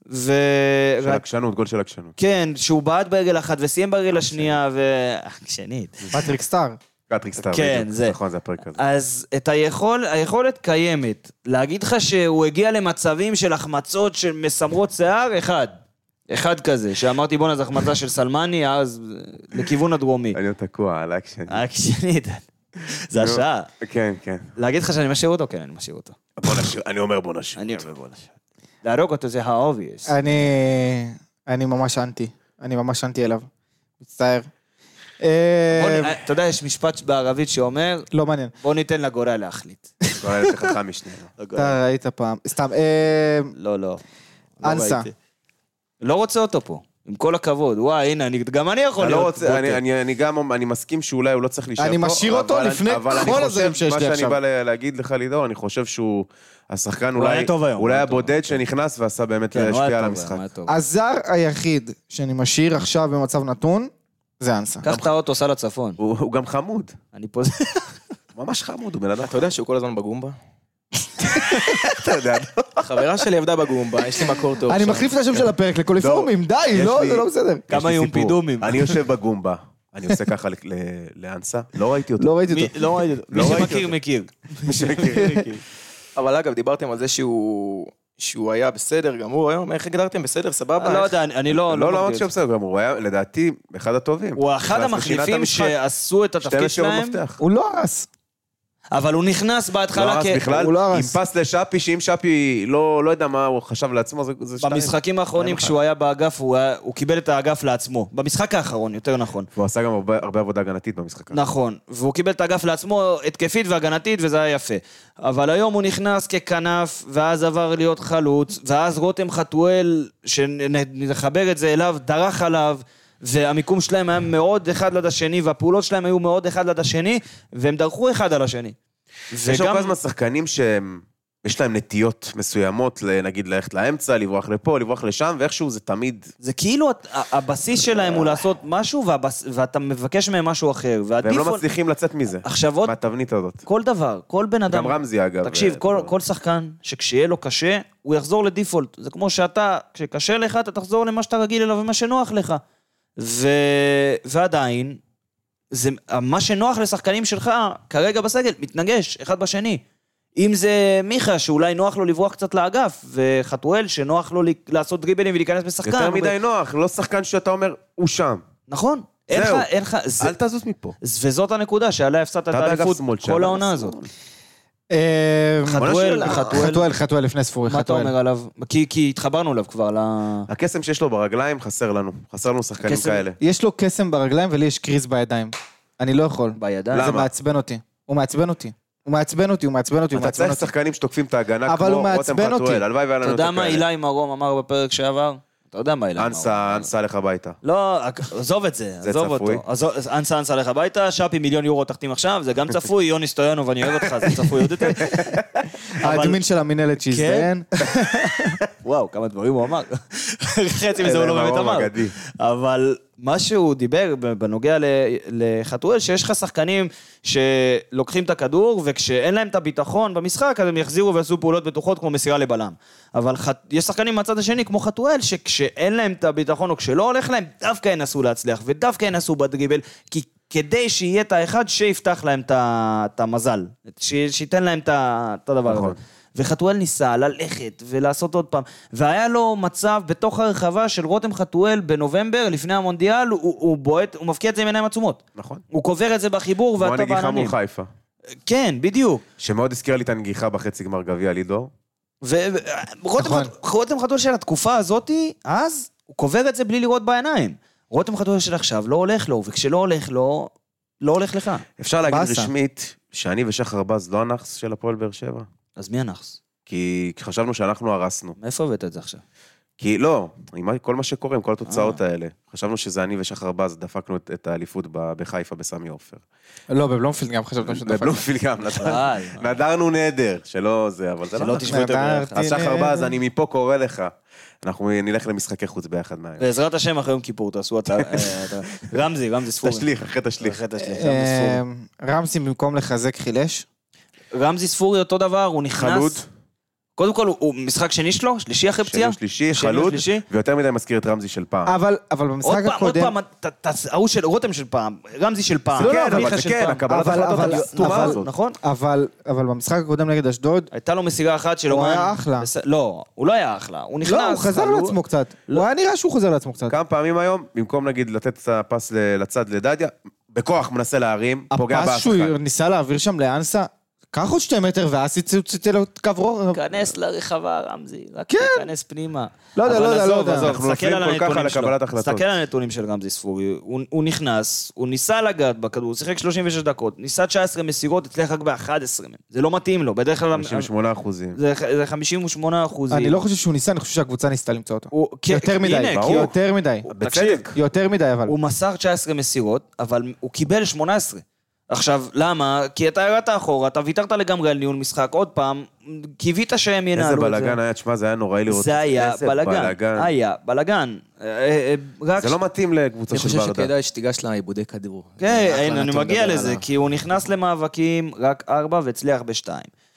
של הקשנות, גול של הקשנות. כן, שהוא בעט ברגל אחת וסיים ברגל השנייה, עקשנית. פטריק סטאר. פטריק סטאר. כן, זה. נכון, זה הפרק הזה. אז את היכולת קיימת, להגיד לך שהוא הגיע למצבים של החמצות של מסמרות שיער, אחד כזה, שאמרתי בוא נז החמצה של סלמני, אז לכיוון הדרומי. אני עוד תקוע, על האקשני. האקשני, זה השעה. כן, כן. להגיד לך שאני משאיר אותו? כן, אני משאיר אותו. אני אומר בוא נשאיר. אני אומר בוא נשאיר. להרוג אותו זה ה-obvious. אני ממש אנטי. אני ממש אנטי אליו. מצטער. אתה יודע, יש משפט בערבית שאומר... לא מעניין. בוא ניתן לגורל להחליט. גורל יותר חכם משנינו. אתה ראית פעם. סתם. לא. אנסה. לא רוצה אותו פה. עם כל הכבוד. וואי, הנה, גם אני יכול להיות... אני מסכים שאולי הוא לא צריך להישאר פה. אני משאיר אותו לפני כל הזרים שיש לי עכשיו. מה שאני בא להגיד לך, לידור, אני חושב שהוא השחקן אולי הבודד שנכנס ועשה באמת להשפיע על המשחק. הזר היחיד שאני משאיר עכשיו במצב נתון, זה אנסה. קח את האוטו, סע לצפון. הוא גם חמוד. אני פה... ממש חמוד, הוא בן אדם. אתה יודע שהוא כל הזמן בגומבה? אתה יודע. חברה שלי עבדה בגומבה, יש לי מקור טוב. אני מחליף את השם של הפרק לקוליפורמים, די, לא, זה לא בסדר. כמה יום פידומים. אני יושב בגומבה, אני עושה ככה לאנסה, לא ראיתי אותו. לא ראיתי אותו. מי שמכיר, מכיר. אבל אגב, דיברתם על זה שהוא היה בסדר גמור היום, איך הגדרתם? בסדר, סבבה? לא יודע, אני לא... לא אמרתי שהוא בסדר גמור, הוא היה לדעתי אחד הטובים. הוא אחד המחליפים שעשו את התפקיד שלהם. הוא לא הרס. אבל הוא נכנס בהתחלה בכלל, עם פס לשאפי, שאם שאפי לא יודע מה הוא חשב לעצמו, זה שתיים. במשחקים האחרונים, כשהוא היה באגף, הוא קיבל את האגף לעצמו. במשחק האחרון, יותר נכון. הוא עשה גם הרבה עבודה הגנתית במשחק. נכון, והוא קיבל את האגף לעצמו, התקפית והגנתית, וזה היה יפה. אבל היום הוא נכנס ככנף, ואז עבר להיות חלוץ, ואז רותם חתואל, שנחבר את זה אליו, דרך עליו, והמיקום שלהם היה מאוד אחד ליד השני, והפעולות שלהם היו מאוד אחד ליד השני, והם דרכו אחד על השני. יש לו כל הזמן שחקנים שיש להם נטיות מסוימות, נגיד ללכת לאמצע, לברוח לפה, לברוח לשם, ואיכשהו זה תמיד... זה כאילו הבסיס שלהם הוא לעשות משהו, ואתה מבקש מהם משהו אחר. והם לא מצליחים לצאת מזה, מהתבנית הזאת. כל דבר, כל בן אדם... גם רמזי אגב. תקשיב, כל שחקן שכשיהיה לו קשה, הוא יחזור לדיפולט. זה כמו שאתה, כשקשה לך, אתה תחזור למה שאתה רגיל אליו ומה שנוח לך. ועדיין, מה שנוח לשחקנים שלך, כרגע בסגל, מתנגש אחד בשני. אם זה מיכה, שאולי נוח לו לברוח קצת לאגף, וחתואל, שנוח לו לעשות דריבלים ולהיכנס בשחקן. יותר מדי נוח, לא שחקן שאתה אומר, הוא שם. נכון. זהו, אל תזוז מפה. וזאת הנקודה, שעליה הפסדת את האליפות כל העונה הזאת. חתואל לפני ספורי. מה אתה אומר עליו? כי התחברנו עליו כבר. הקסם שיש לו ברגליים חסר לנו שחקנים כאלה. יש לו קסם ברגליים ולי יש קריז בידיים. אני לא יכול. בידיים? זה מעצבן אותי. הוא מעצבן אותי. אתה צריך שחקנים שתוקפים את ההגנה כמו רותם חתואל. הלוואי והיה לנו אתה יודע מה אילי מרום אמר בפרק שעבר? אתה יודע מה אילי מרום? אנסה לך הביתה. לא, עזוב את זה. זה צפוי. אנסה לך הביתה, שפי 1,000,000 יורו תחתים עכשיו, זה גם צפוי, יוני סטויאנוב, ואני אוהב אותך, זה צפוי עוד יותר. האדמין של המנהלת שהזדהן. וואו, כמה דברים הוא אמר. חצי מזה הוא לא באמת אמר. אבל מה שהוא דיבר בנוגע לחתואל, שיש לך שחקנים שלוקחים את הכדור, וכשאין להם את הביטחון במשחק, אז הם יחזירו ועשו פעולות בטוחות כמו מסירה לבלם. אבל יש שחקנים מהצד השני כמו חתואל, שכשאין להם את הביטחון, או כשלא הולך להם, דווקא ינסו להצליח, ודווקא ינסו בדריבל, כי כדי שיהיה את האחד שיפתח להם את המזל, שייתן להם את הדבר הזה. וחתואל ניסה ללכת ולעשות עוד פעם, והיה לו מצב בתוך הרחבה של רותם חתואל בנובמבר, לפני המונדיאל, הוא בועט, הוא מפקיע את זה עם עיניים עצומות. נכון. הוא קובר את זה בחיבור, ואתה בעננים. כמו הנגיחה מול חיפה. כן, בדיוק. שמאוד הזכיר לי את הנגיחה בחצי גמר גביע לידור. ורותם חתואל של התקופה הזאת, אז הוא קובר את זה בלי לראות בעיניים. רותם חתואל של עכשיו לא הולך לו, וכשלא הולך לו, לא הולך לך. אפשר להגיד רשמית, שאני ושחר בז לא הנחס של הפועל באר שבע. אז מי הנחס? כי חשבנו שאנחנו הרסנו. מאיפה הבאת את זה עכשיו? כי לא, כל מה שקורה, עם כל התוצאות האלה. חשבנו שזה אני ושחר בז דפקנו את האליפות בחיפה בסמי עופר. לא, בבלומפילד גם חשבנו שדפקנו. בבלומפילד גם, נדרנו נדר, שלא זה, אבל זה לא תשמעו יותר ביחד. אז שחר בז, אני מפה קורא לך. אנחנו נלך למשחקי חוץ ביחד מהיום. בעזרת השם אחרי יום כיפור, תעשו אתה... רמזי ספורי. תשליך, אחרי תשליך. רמזי במקום לחזק חילש. רמזי ספורי אותו דבר, הוא נכנס... חלוד? קודם כל, הוא משחק שני שלו, שלישי אחרי פציעה. שלישי, חלוד, ויותר מדי מזכיר את רמזי של פעם. אבל במשחק הקודם... עוד פעם, ההוא של רותם של פעם, רמזי של פעם. זה כן, אבל זה כן, הקבלת החלטות הסתומה הזאת. נכון? אבל במשחק הקודם נגד אשדוד... הייתה לו מסירה אחת של אומן. הוא היה אחלה. לא, הוא לא היה אחלה. הוא נכנס... לא, הוא חזר לעצמו קצת. הוא היה נראה שהוא חוזר לעצמו קצת. כמה פעמים היום, במקום נגיד לתת את הפס לצד לדדיה, בכוח מנסה להרים, פוגע באף אחד. הפס שהוא ניסה להעביר שם לאנסה, קח עוד 2 מטר ואז יצא לו קו רוחב. כנס לרחבה, רמזי, רק כנס פנימה. לא יודע. אנחנו נופלים כל כך על הקבלת החלטות. תסתכל על הנתונים של רמזי ספורי, הוא נכנס, הוא ניסה לגעת בכדור, הוא שיחק 36 דקות, ניסה 19 מסירות, הצליח רק ב-11 מהם. זה לא מתאים לו, בדרך כלל... 58%. זה 58%. אני לא חושב שהוא ניסה, אני חושב שהקבוצה ניסתה למצוא אותו. יותר מדי. בצדק. יותר מדי, אבל... הוא מסר 19 מסירות, אבל הוא קיבל 18. עכשיו, למה? כי אתה ירדת אחורה, אתה ויתרת לגמרי על ניהול משחק, עוד פעם, קיווית שהם ינהלו את זה. איזה בלגן היה, תשמע, זה היה נוראי לראות. זה היה בלגן. זה לא מתאים לקבוצה של ברדה. אני חושב שכדאי שתיגש לעיבודי כדור. כן, אני מגיע לזה, כי הוא נכנס למאבקים רק 4 והצליח ב2.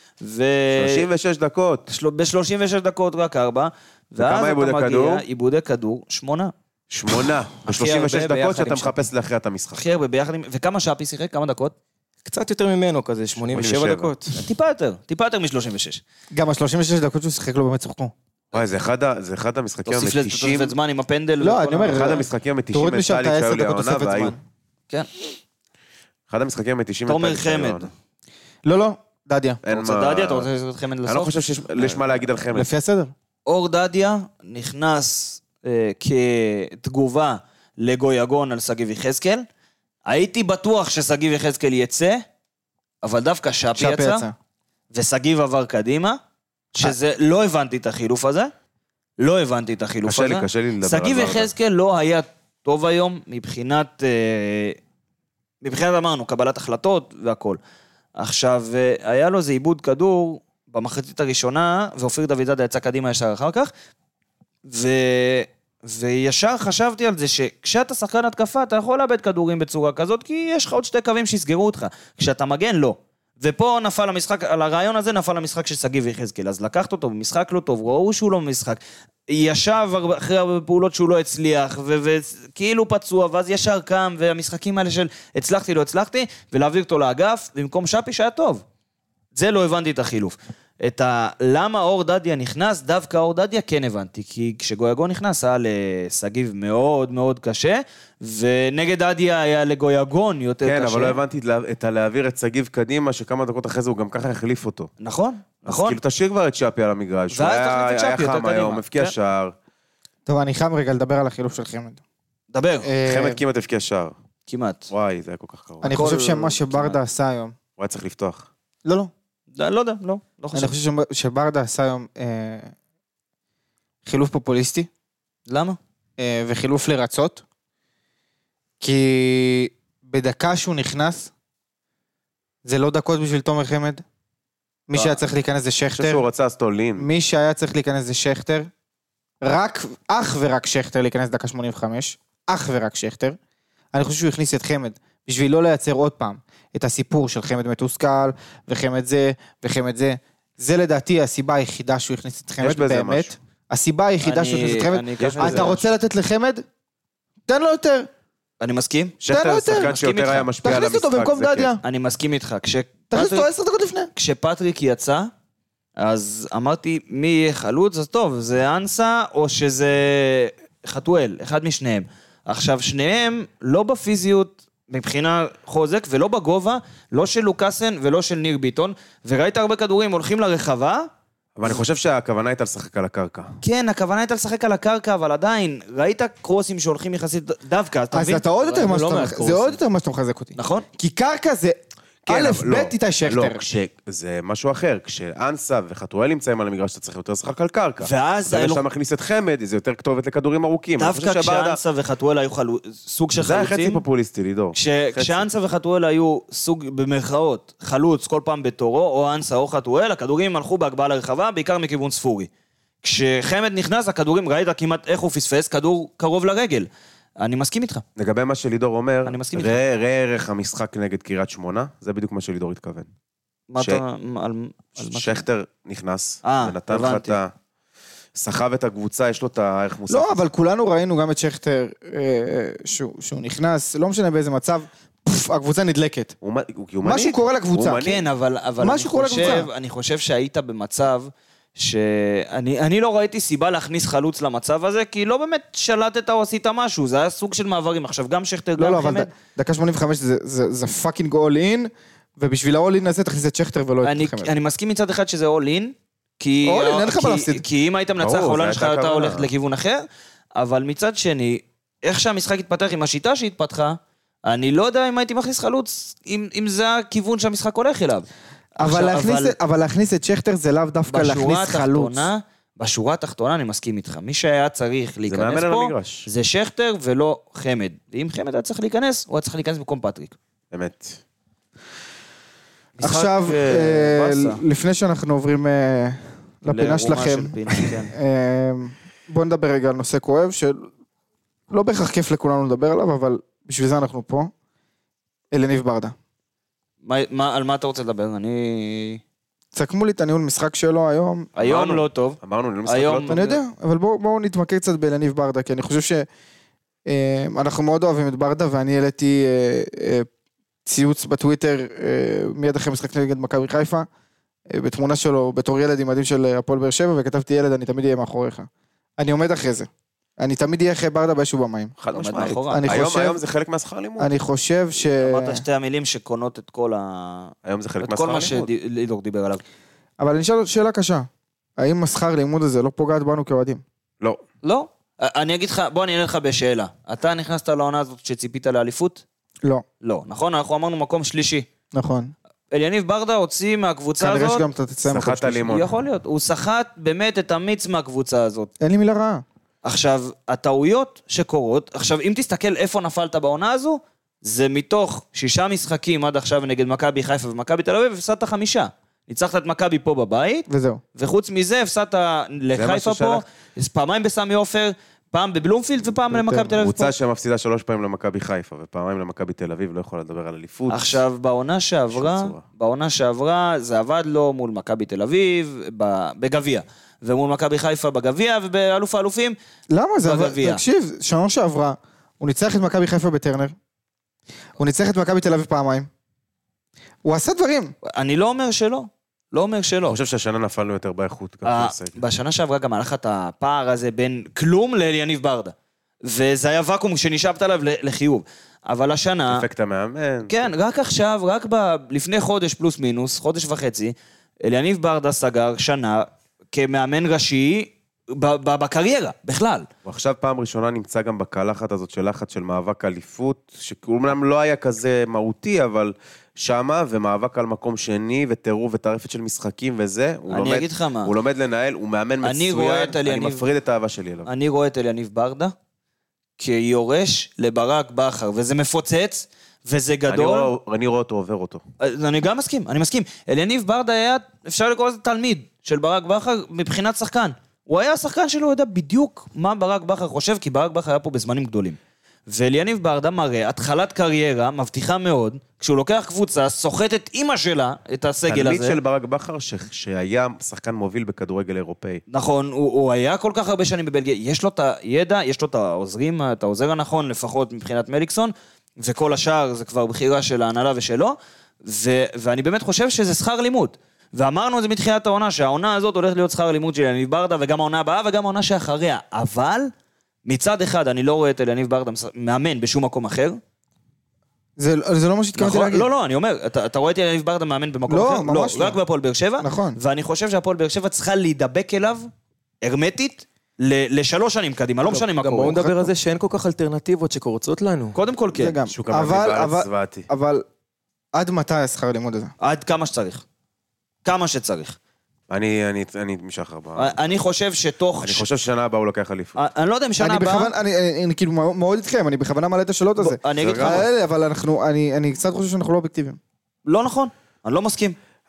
36 דקות. ב-36 דקות רק 4. וכמה עיבודי כדור? עיבודי כדור, 8. 8. ב-36 דקות שאתה מחפש לאחרי את המשחק. הכי הרבה ביחד עם... וכמה שפי שיחק? כמה דקות? קצת יותר ממנו כזה, 87 דקות. טיפה יותר מ-36. גם ה-36 דקות שהוא שיחק לו באמת צוחקו. וואי, זה אחד המשחקים המתישים. תוסיף לתוספת זמן עם הפנדל. לא, אני אומר... אחד המשחקים המתישים תוריד משם את ה-10 דקות תוספת זמן. כן. אחד המשחקים המתישים... תומר חמד. לא, דדיה. אתה רוצה דדיה? אתה רוצה לעשות חמד לסוף? אני לא חושב שיש מה להגיד על חמד. לפי הסדר. אור דדיה נכנס כתגובה לגויגון על סגיב יחזקאל. הייתי בטוח שסגיב יחזקאל יצא, אבל דווקא שפי יצא, וסגיב עבר קדימה, שזה, לא הבנתי את החילוף הזה, קשה לי לדבר על סגיב יחזקאל לא היה טוב היום, מבחינת אמרנו, קבלת החלטות והכל. עכשיו, היה לו איזה עיבוד כדור במחצית הראשונה, ואופיר דוידזאדה יצא קדימה ישר אחר כך, וישר חשבתי על זה שכשאתה שחקן התקפה, אתה יכול לאבד כדורים בצורה כזאת, כי יש לך עוד 2 קווים שיסגרו אותך. כשאתה מגן, לא. ופה נפל המשחק, על הרעיון הזה נפל המשחק של סגיב יחזקאל, אז לקחת אותו במשחק לא טוב, ראו שהוא לא במשחק, ישב אחרי הפעולות שהוא לא הצליח, וכאילו פצוע, ואז ישר קם, והמשחקים האלה של הצלחתי, לא הצלחתי, ולהעביר אותו לאגף, במקום שפי שהיה טוב. זה לא הבנתי את החילוף. למה אור דדיה נכנס, דווקא אור דדיה כן הבנתי, כי כשגויגון נכנס היה לסגיב מאוד מאוד קשה, ונגד דדיה היה לגויגון יותר קשה. כן, אבל לא הבנתי את להעביר את סגיב קדימה, שכמה דקות אחרי זה הוא גם ככה החליף אותו. נכון. אז כאילו תשאיר כבר את שפי על המגרש, הוא היה חם היום, הפקיע שער. טוב, אני חייב רגע לדבר על החילוף של חמד. דבר. חמד כמעט הפקיע שער. כמעט. וואי, זה היה כל כך קרוב. אני חושב שמה שברדה עשה היום... הוא היה צריך לפתוח. לא. לא יודע, לא חושב. אני חושב שברדה עשה היום חילוף פופוליסטי. למה? וחילוף לרצות. כי בדקה שהוא נכנס, זה לא דקות בשביל תומר חמד. מי שהיה צריך להיכנס זה שכטר. אני חושב שהוא רצה סטולין. מי שהיה צריך להיכנס זה שכטר. אך ורק שכטר להיכנס דקה 85. אך ורק שכטר. אני חושב שהוא הכניס את חמד, בשביל לא לייצר עוד פעם את הסיפור של חמד מתוסכל, וחמד זה, וחמד זה. זה לדעתי הסיבה היחידה שהוא הכניס את חמד, באמת. הסיבה היחידה שהוא הכניס את חמד. אתה רוצה לתת לחמד? תן לו יותר. אני מסכים. שכטר שחקן שיותר היה משפיע על המשחק. תכניס אותו במקום דדיה. אני מסכים איתך. תכניס אותו 10 דקות לפני. כשפטריק יצא, אז אמרתי, מי יהיה חלוץ? אז טוב, זה אנסה או שזה חתואל, אחד משניהם. עכשיו, שניהם לא בפיזיות מבחינה חוזק ולא בגובה, לא של לוקאסן ולא של ניר ביטון, וראית הרבה כדורים הולכים לרחבה. אבל אני חושב שהכוונה הייתה לשחק על הקרקע. כן, הכוונה הייתה לשחק על הקרקע, אבל עדיין, ראית קרוסים שהולכים יחסית דווקא, אז אתה עוד יותר זה עוד יותר מה שאתה מחזק אותי. נכון? כי קרקע זה... א', ב', איתי שכטר. לא, זה משהו אחר. כשאנסה וחתואל נמצאים על המגרש, אתה צריך יותר לשחק על קרקע. ואז... ברגע שאתה מכניס את חמד, זה יותר כתובת לכדורים ארוכים. דווקא כשאנסה וחתואל היו סוג של חלוצים... זה היה חצי פופוליסטי, לידור. כשאנסה וחתואל היו סוג, במרכאות, חלוץ כל פעם בתורו, או אנסה או חתואל, הכדורים הלכו בהגבהה לרחבה, בעיקר מכיוון ספורי. כשחמד נכנס, הכדורים, ראית כמעט איך הוא פספס, כדור קרוב לרגל. אני מסכים איתך. לגבי מה שלידור אומר, אני מסכים איתך. ראה ערך המשחק נגד קריית שמונה, זה בדיוק מה שלידור התכוון. שכטר נכנס, ונתן לך את ה... סחב את הקבוצה, יש לו את הערך מוסף. לא, אבל כולנו ראינו גם את שכטר, שהוא נכנס, לא משנה באיזה מצב, הקבוצה נדלקת. משהו קורה לקבוצה. כן, אבל אני חושב שהיית במצב שאני לא ראיתי סיבה להכניס חלוץ למצב הזה, כי לא באמת שלטת או עשית משהו, זה היה סוג של מעברים. עכשיו גם שכטר, גם חמד. לא, אבל דקה 85 זה פאקינג all in, ובשביל ה-all in הזה תכניס את שכטר ולא את חמד. אני מסכים מצד אחד שזה all in, כי אם היית מנצח, העולם שלך אתה הולך לכיוון אחר, אבל מצד שני, איך שהמשחק התפתח עם השיטה שהתפתחה, אני לא יודע אם הייתי מכניס חלוץ, אם זה הכיוון שהמשחק הולך אליו. אבל להכניס את שכטר זה לאו דווקא להכניס חלוץ. בשורה התחתונה אני מסכים איתך. מי שהיה צריך להיכנס פה, זה שכטר ולא חמד. ואם חמד היה צריך להיכנס, הוא היה צריך להיכנס במקום פטריק. באמת. עכשיו, לפני שאנחנו עוברים לפינה שלכם, בואו נדבר רגע על נושא כואב, שלא בהכרח כיף לכולנו לדבר עליו, אבל בשביל זה אנחנו פה. אליניב ברדה. על מה אתה רוצה לדבר? תסכמו לי את הניהול משחק שלו היום. היום לא טוב. אמרנו, ניהול משחק לא טוב. אני יודע, אבל בואו נתמקד קצת באליניב ברדה, כי אני חושב שאנחנו מאוד אוהבים את ברדה, ואני העליתי ציוץ בטוויטר מיד אחרי משחק נגד מכבי חיפה, בתמונה שלו, בתור ילד עם מדים של הפועל באר שבע, וכתבתי ילד, אני תמיד אהיה מאחוריך. אני עומד אחרי זה. אני תמיד אהיה אחרי ברדה באיזשהו במים. חד משמעית. היום זה חלק מהשכר לימוד. אני חושב אמרת שתי המילים שקונות את כל היום זה חלק מהשכר לימוד. את כל מה שלידור דיבר עליו. אבל אני אשאל שאלה קשה. האם השכר לימוד הזה לא פוגעת בנו כאוהדים? לא. לא? אני אגיד לך, בוא אני אענה לך בשאלה. אתה נכנסת לעונה הזאת שציפית לאליפות? לא. לא, נכון? אנחנו אמרנו מקום שלישי. נכון. אליניב ברדה הוציא מהקבוצה הזאת. כנראה שגם אתה תצא מקום שלישי. יכול להיות. הוא שחט באמת את המיץ מהקבוצה הזאת. אין לי מילה רעה. עכשיו, הטעויות שקורות, עכשיו, אם תסתכל איפה נפלת בעונה הזו, זה מתוך 6 משחקים עד עכשיו נגד מכבי חיפה ומכבי תל אביב, הפסדת 5. ניצחת את מכבי פה בבית, וזהו. וחוץ מזה, הפסדת לחיפה פה, פעמיים בסמי עופר, פעם בבלומפילד ופעם למכבי תל אביב. קבוצה שמפסידה 3 פעמים למכבי חיפה, ופעמיים למכבי תל אביב, לא יכולה לדבר על אליפות. עכשיו, בעונה שעברה, זה עבד לו מול מכבי תל אביב, בגביע. ומול מכבי חיפה בגביע, ובאלוף האלופים למה? בגביע. תקשיב, שנה שעברה, הוא ניצח את מכבי חיפה בטרנר, הוא ניצח את מכבי תל אביב פעמיים, הוא עשה דברים. אני לא אומר שלא. לא אומר שלא. אני חושב שהשנה נפלנו יותר באיכות. בשנה שעברה גם הלך את הפער הזה בין כלום לאליניב ברדה. וזה היה וקום שנשאבת עליו לחיוב. אבל השנה... אפקט המאמן. כן, רק עכשיו, רק לפני חודש פלוס מינוס, חודש וחצי, אליניב ברדה סגר שנה כמאמן ראשי בקריירה, בכלל. ועכשיו פעם ראשונה נמצא גם בקלחת הזאת של לחץ של מאבק אליפות, שכולם לא היה כזה מהותי, אבל שמה, ומאבק על מקום שני, וטירוף וטרפת של משחקים וזה, הוא לומד לנהל, הוא מאמן מצוין, אני מפריד את האהבה שלי אליו. אני רואה את אליניב ברדה כיורש לברק בכר, וזה מפוצץ, וזה גדול. אני רואה אותו, עובר אותו. אני גם מסכים, אני מסכים. אליניב ברדה היה, אפשר לקרוא לזה תלמיד של ברק בכר מבחינת שחקן. הוא היה השחקן שלו, הוא יודע בדיוק מה ברק בכר חושב, כי ברק בכר היה פה בזמנים גדולים. ואליניב ברדה מראה, התחלת קריירה, מבטיחה מאוד, כשהוא לוקח קבוצה, סוחט את אמא שלה, את הסגל הזה. תלמיד של ברק בכר, שהיה שחקן מוביל בכדורגל אירופאי. נכון, הוא היה כל כך הרבה שנים בבלגיה, יש לו את הידע, יש לו את העוזרים, את העוזר הנכון, לפחות מבחינת מליקסון, וכל השאר זה כבר בחירה של ההנהלה ושלו, ואני באמת חושב שזה שכר לימוד. ואמרנו את זה מתחילת העונה, שהעונה הזאת הולכת להיות שכר לימוד של אליניב ברדה, וגם העונה הבאה וגם העונה שאחריה. אבל מצד אחד אני לא רואה את אליניב ברדה מאמן בשום מקום אחר. זה לא מה שהתכוונתי להגיד. לא, אני אומר, אתה רואה את אליניב ברדה מאמן במקום אחר? לא, ממש לא. רק בהפועל באר שבע. נכון. ואני חושב שהפועל באר שבע צריכה להידבק אליו, הרמטית, ל3 שנים קדימה, לא משנה מה קורה. גם בואו נדבר על זה שאין כל כך אלטרנטיבות שקורצות לנו. קודם כל כן. אבל עד מתי השכר הלימוד הזה? עד כמה שצריך. כמה שצריך. אני משחר בה. אני חושב שתוך... אני חושב ששנה הבאה הוא לוקח אליפות. אני לא יודע אם שנה הבאה... אני כאילו מאוד איתכם, אני בכוונה מעלה את השאלות הזה. אני אגיד לך... אבל אני קצת חושב שאנחנו לא אובייקטיביים. לא נכון, אני לא מסכים.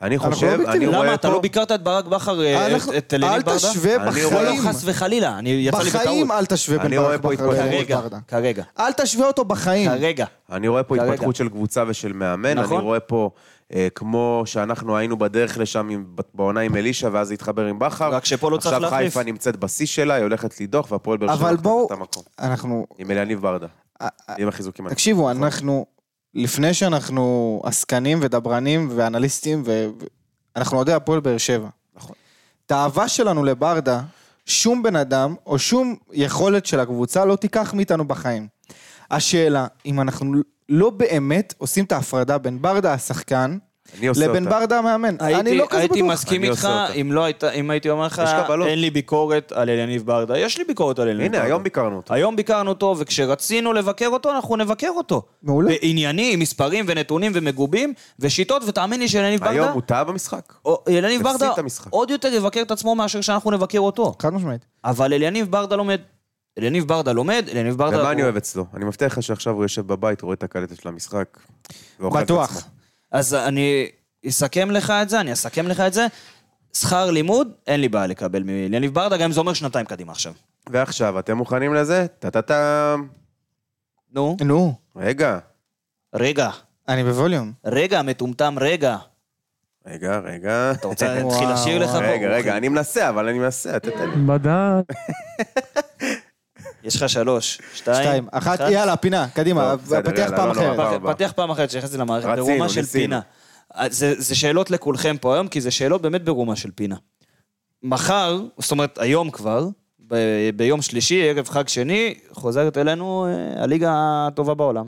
אני חושב, אני רואה פה... למה? אתה לא ביקרת את ברק בכר, את אליניב ברדה? אל תשווה בחיים. חס וחלילה, אני יצא לי בטעות. בחיים אל תשווה בין ברק בכר לברדה. כרגע. אל תשווה אותו בחיים. כרגע. אני רואה פה התפתחות של קבוצה ושל מאמן, אני רואה פה... כמו שאנחנו היינו בדרך לשם בעונה עם אלישה, ואז זה התחבר עם בכר. רק שפה לא צריך להחליף. עכשיו חיפה נמצאת בשיא שלה, היא הולכת לדוח, והפועל באר שבע לקחת את המקום. אנחנו... עם אליניב ברדה. עם החיזוקים. תקשיבו, אנחנו, לפני שאנחנו עסקנים ודברנים ואנליסטים, אנחנו יודעים הפועל באר שבע. נכון. את האהבה שלנו לברדה, שום בן אדם, או שום יכולת של הקבוצה, לא תיקח מאיתנו בחיים. השאלה, אם אנחנו לא באמת עושים את ההפרדה בין ברדה השחקן, לבין ברדה המאמן. אני לא כזה בטוח. הייתי מסכים איתך, אם הייתי אומר לך, אין לי ביקורת על אליניב ברדה. יש לי ביקורת על אליניב ברדה. הנה, היום ביקרנו אותו. היום ביקרנו אותו, וכשרצינו לבקר אותו, אנחנו נבקר אותו. מעולה. בעניינים, מספרים ונתונים ומגובים, ושיטות, ותאמין לי שאליניב ברדה... היום הוא טעה במשחק. אליניב ברדה עוד יותר יבקר את עצמו מאשר שאנחנו נבקר אותו. חד משמעית. אבל אליניב ברדה לומד. אליניב ברדה לומד, אליניב ברדה... ומה אני אוהב אצלו? אני מבטיח לך שעכשיו הוא יושב בבית, הוא רואה את הקלטת של המשחק. בטוח. אז אני אסכם לך את זה, שכר לימוד, אין לי בעיה לקבל מאליניב ברדה, גם אם זה אומר 2 קדימה עכשיו. ועכשיו, אתם מוכנים לזה? טה-טה-טם. נו. רגע. אני בווליום. רגע, מטומטם, רגע. רגע. אתה רוצה להתחיל לשיר לך? רגע, אני מנסה, תתן לי. בדעת. יש לך 3, 2, 1, יאללה, פינה, קדימה, פתח פעם אחרת. פתח פעם אחרת שיחסתי למערכת, ברומה של פינה. זה שאלות לכולכם פה היום, כי זה שאלות באמת ברומה של פינה. מחר, זאת אומרת, היום כבר, ביום שלישי, ערב חג שני, חוזרת אלינו הליגה הטובה בעולם.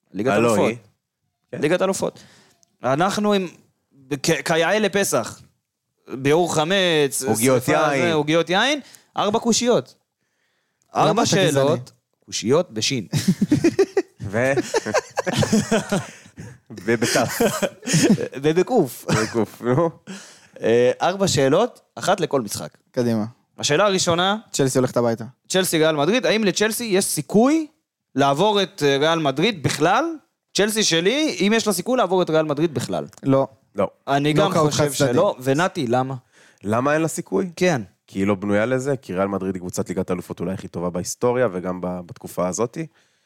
ליגת אלופות. אנחנו עם, כיאה לפסח, ביאור חמץ, עוגיות יין, 4 קושיות. 4 שאלות, קושיות בשין. ובתף. ובקוף. 4 שאלות, 1 לכל משחק. קדימה. השאלה הראשונה... צ'לסי הולכת הביתה. צ'לסי ריאל מדריד, האם לצ'לסי יש סיכוי לעבור את ריאל מדריד בכלל? צ'לסי שלי, אם יש לה סיכוי לעבור את ריאל מדריד בכלל. לא. אני גם חושב שלא, ונתי, למה? למה אין לה סיכוי? כן. כי היא לא בנויה לזה, כי ריאל מדריד היא קבוצת ליגת האלופות אולי הכי טובה בהיסטוריה, וגם בתקופה הזאת.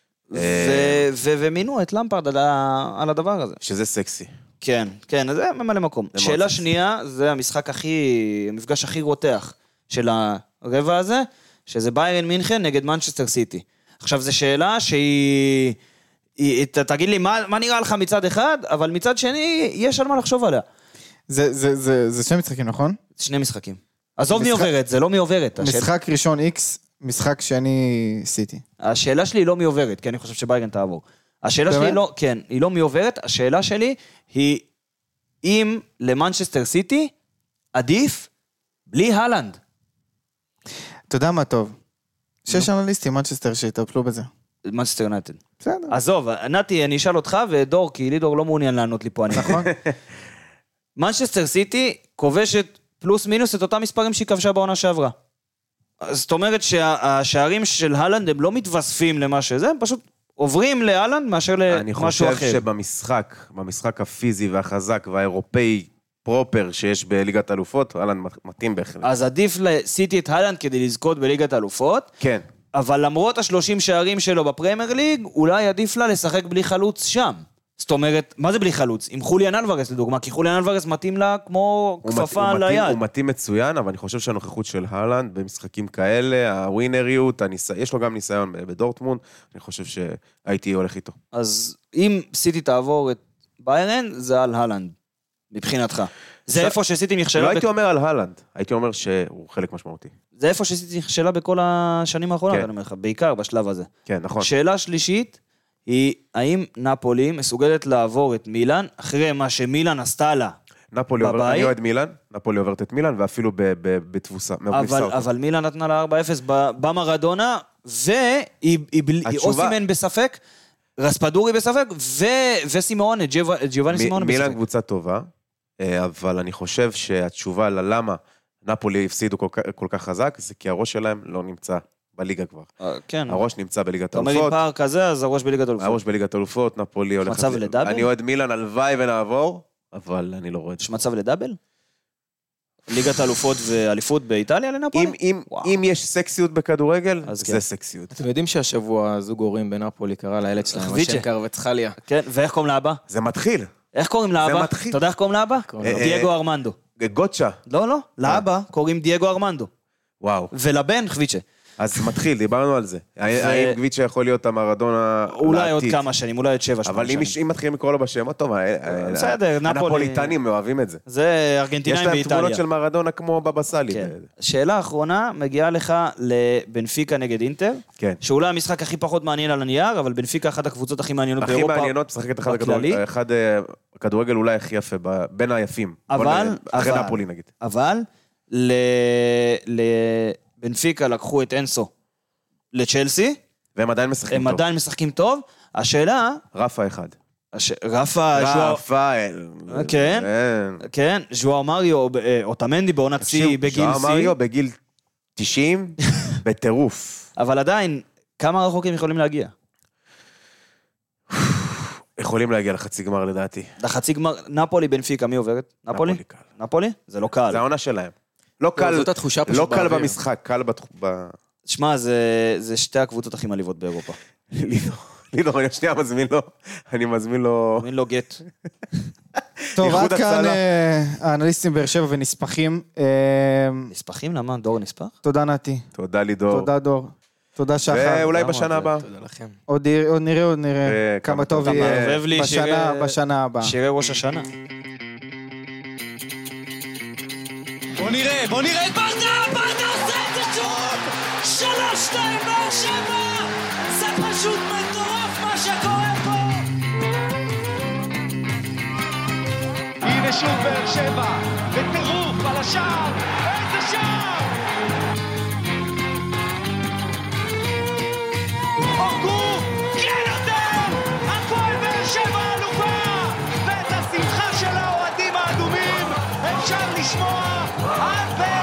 ומינו את למפרד על הדבר הזה. שזה סקסי. כן, זה ממלא מקום. שאלה שנייה, זה המפגש הכי רותח של הרבע הזה, שזה ביירן מינכן נגד מנצ'סטר סיטי. עכשיו, זו שאלה שהיא... תגיד לי, מה נראה לך מצד אחד, אבל מצד שני, יש על מה לחשוב עליה. זה 2 משחקים, נכון? 2 משחקים. עזוב מי עוברת, זה לא מי עוברת. משחק ראשון X, משחק שני סיטי. השאלה שלי היא לא מי עוברת, כי אני חושב שביירן תעבור. השאלה שלי לא, כן, היא לא מי עוברת, השאלה שלי היא, אם למנצ'סטר סיטי, עדיף בלי הלנד. אתה יודע מה טוב? 6 אנליסטים, מנצ'סטר שיטפלו בזה. מנצ'סטר יונייטד. בסדר. עזוב, נתי, אני אשאל אותך ודור, כי לידור לא מעוניין לענות לי פה. נכון. מנצ'סטר סיטי כובשת פלוס מינוס את אותם מספרים שהיא כבשה בעונה שעברה. זאת אומרת שהשערים של הלנד הם לא מתווספים למה שזה, הם פשוט עוברים להלנד מאשר למשהו אחר. אני חושב שבמשחק הפיזי והחזק והאירופאי פרופר שיש בליגת אלופות, הלנד מתאים בהחלט. אז עדיף לסיטי את הלנד כדי לזכות בליגת אלופות. כן. אבל למרות 30 שערים שלו בפרמייר ליג, אולי עדיף לה לשחק בלי חלוץ שם. זאת אומרת, מה זה בלי חלוץ? עם חוליאן אלוורס לדוגמה, כי חוליאן אלוורס מתאים לה כמו כפפה ליד. הוא מתאים מצוין, אבל אני חושב שהנוכחות של הלנד במשחקים כאלה, הווינריות, יש לו גם ניסיון בדורטמונד, אני חושב שהייתי הולך איתו. אז אם סיטי תעבור את ביירן, זה על הלנד, מבחינתך. זה איפה שסיטי נכשלה... לא הייתי אומר על הלנד, הייתי אומר שהוא חלק משמעותי. זה איפה שסיטי נכשלה בכל השנים האחרונות, אני אומר לך, בעיקר בשלב הזה. כן, נכון. שאלה שלישית, היא האם נפולי מסוגלת לעבור את מילאן, אחרי מה שמילאן עשתה לה בבית. אני אוהד מילאן, נפולי עוברת את מילאן, ואפילו בתבוסה. אבל מילאן נתנה לה 4-0 במרדונה, ואוסימן בספק, רספדורי בספק, וסימאונה, ג'יובאני סימאונה בספק. מילאן קבוצה טובה, אבל אני חושב שהתשובה ללמה נפולי הפסידו כל כך חזק, זה כי הראש שלהם לא נמצא בליגה כבר. כן. הראש נמצא בליגת אלופות. אתה אומר עם פער כזה, אז הראש בליגת אלופות. הראש בליגת אלופות, נפולי הולך... מצב לדאבל? אני אוהד מילאן, הלוואי ונעבור, אבל אני לא רואה את זה. יש מצב לדאבל? ליגת האלופות ואליפות באיטליה לנפולי? אם יש סקסיות בכדורגל, זה סקסיות. אתם יודעים שהשבוע זוג הורים בנפולי קרא לילד שלהם, השם קרבצחליה. כן, ואיך קוראים לאבא? זה מתחיל. איך קוראים לאבא? אתה יודע איך קוראים לאבא? דייגו ארמנדו. גוצ'ה. לא, לאבא קוראים דייגו ארמנדו. וואו. ולבן חוויצ'ה. אז מתחיל, דיברנו על זה. האם גביצ'ה יכול להיות המרדונה לעתיד? אולי עוד כמה שנים, אולי עוד 7-8 שנים. אבל אם מתחילים לקרוא לו בשם, טוב, בסדר, הנפוליטנים אוהבים את זה. זה ארגנטינאים באיטליה. יש להם תמונות של מרדונה כמו בבסלי. שאלה אחרונה מגיעה לך לבנפיקה נגד אינטר, שאולי המשחק הכי פחות מעניין על הנייר, אבל בנפיקה אחת הקבוצות הכי מעניינות באירופה. הכי מעניינות, משחקת אחד הכדורגל אולי הכי יפה, בין היפים. אחרי נפולי נגיד. אבל בנפיקה לקחו את אנסו לצ'לסי. והם עדיין משחקים טוב. הם עדיין משחקים טוב. השאלה... רפה אחד. רפאל. כן, כן. ז'ואר מריו, אוטמנדי בעונת שיא בגיל שיא. ז'ואר מריו בגיל 90, בטירוף. אבל עדיין, כמה רחוקים יכולים להגיע? יכולים להגיע לחצי גמר לדעתי. לחצי גמר, נפולי בנפיקה, מי עוברת? נפולי? נפולי? זה לא קל. זה העונה שלהם. לא קל במשחק, קל תשמע, זה שתי הקבוצות הכי מעליבות באירופה. לידור, אני שנייה אני מזמין לו... מזמין לו גט. טוב, עד כאן האנליסטים באר שבע ונספחים. נספחים? למה? דור נספח? תודה נתי. תודה לידור. תודה דור. תודה שחר. ואולי בשנה הבאה. תודה לכם. עוד נראה כמה טוב יהיה בשנה הבאה. שירי ראש השנה. בוא נראה את ברדה עושה את זה שוב! 3-2 באר שבע! זה פשוט מטורף מה שקורה פה! הנה שוב באר שבע, בטירוף על השער! איזה שער! אורגו, כן יותר! הפועל באר שבע אלופה! ואת השמחה של האוהדים האדומים אפשר לשמוע עד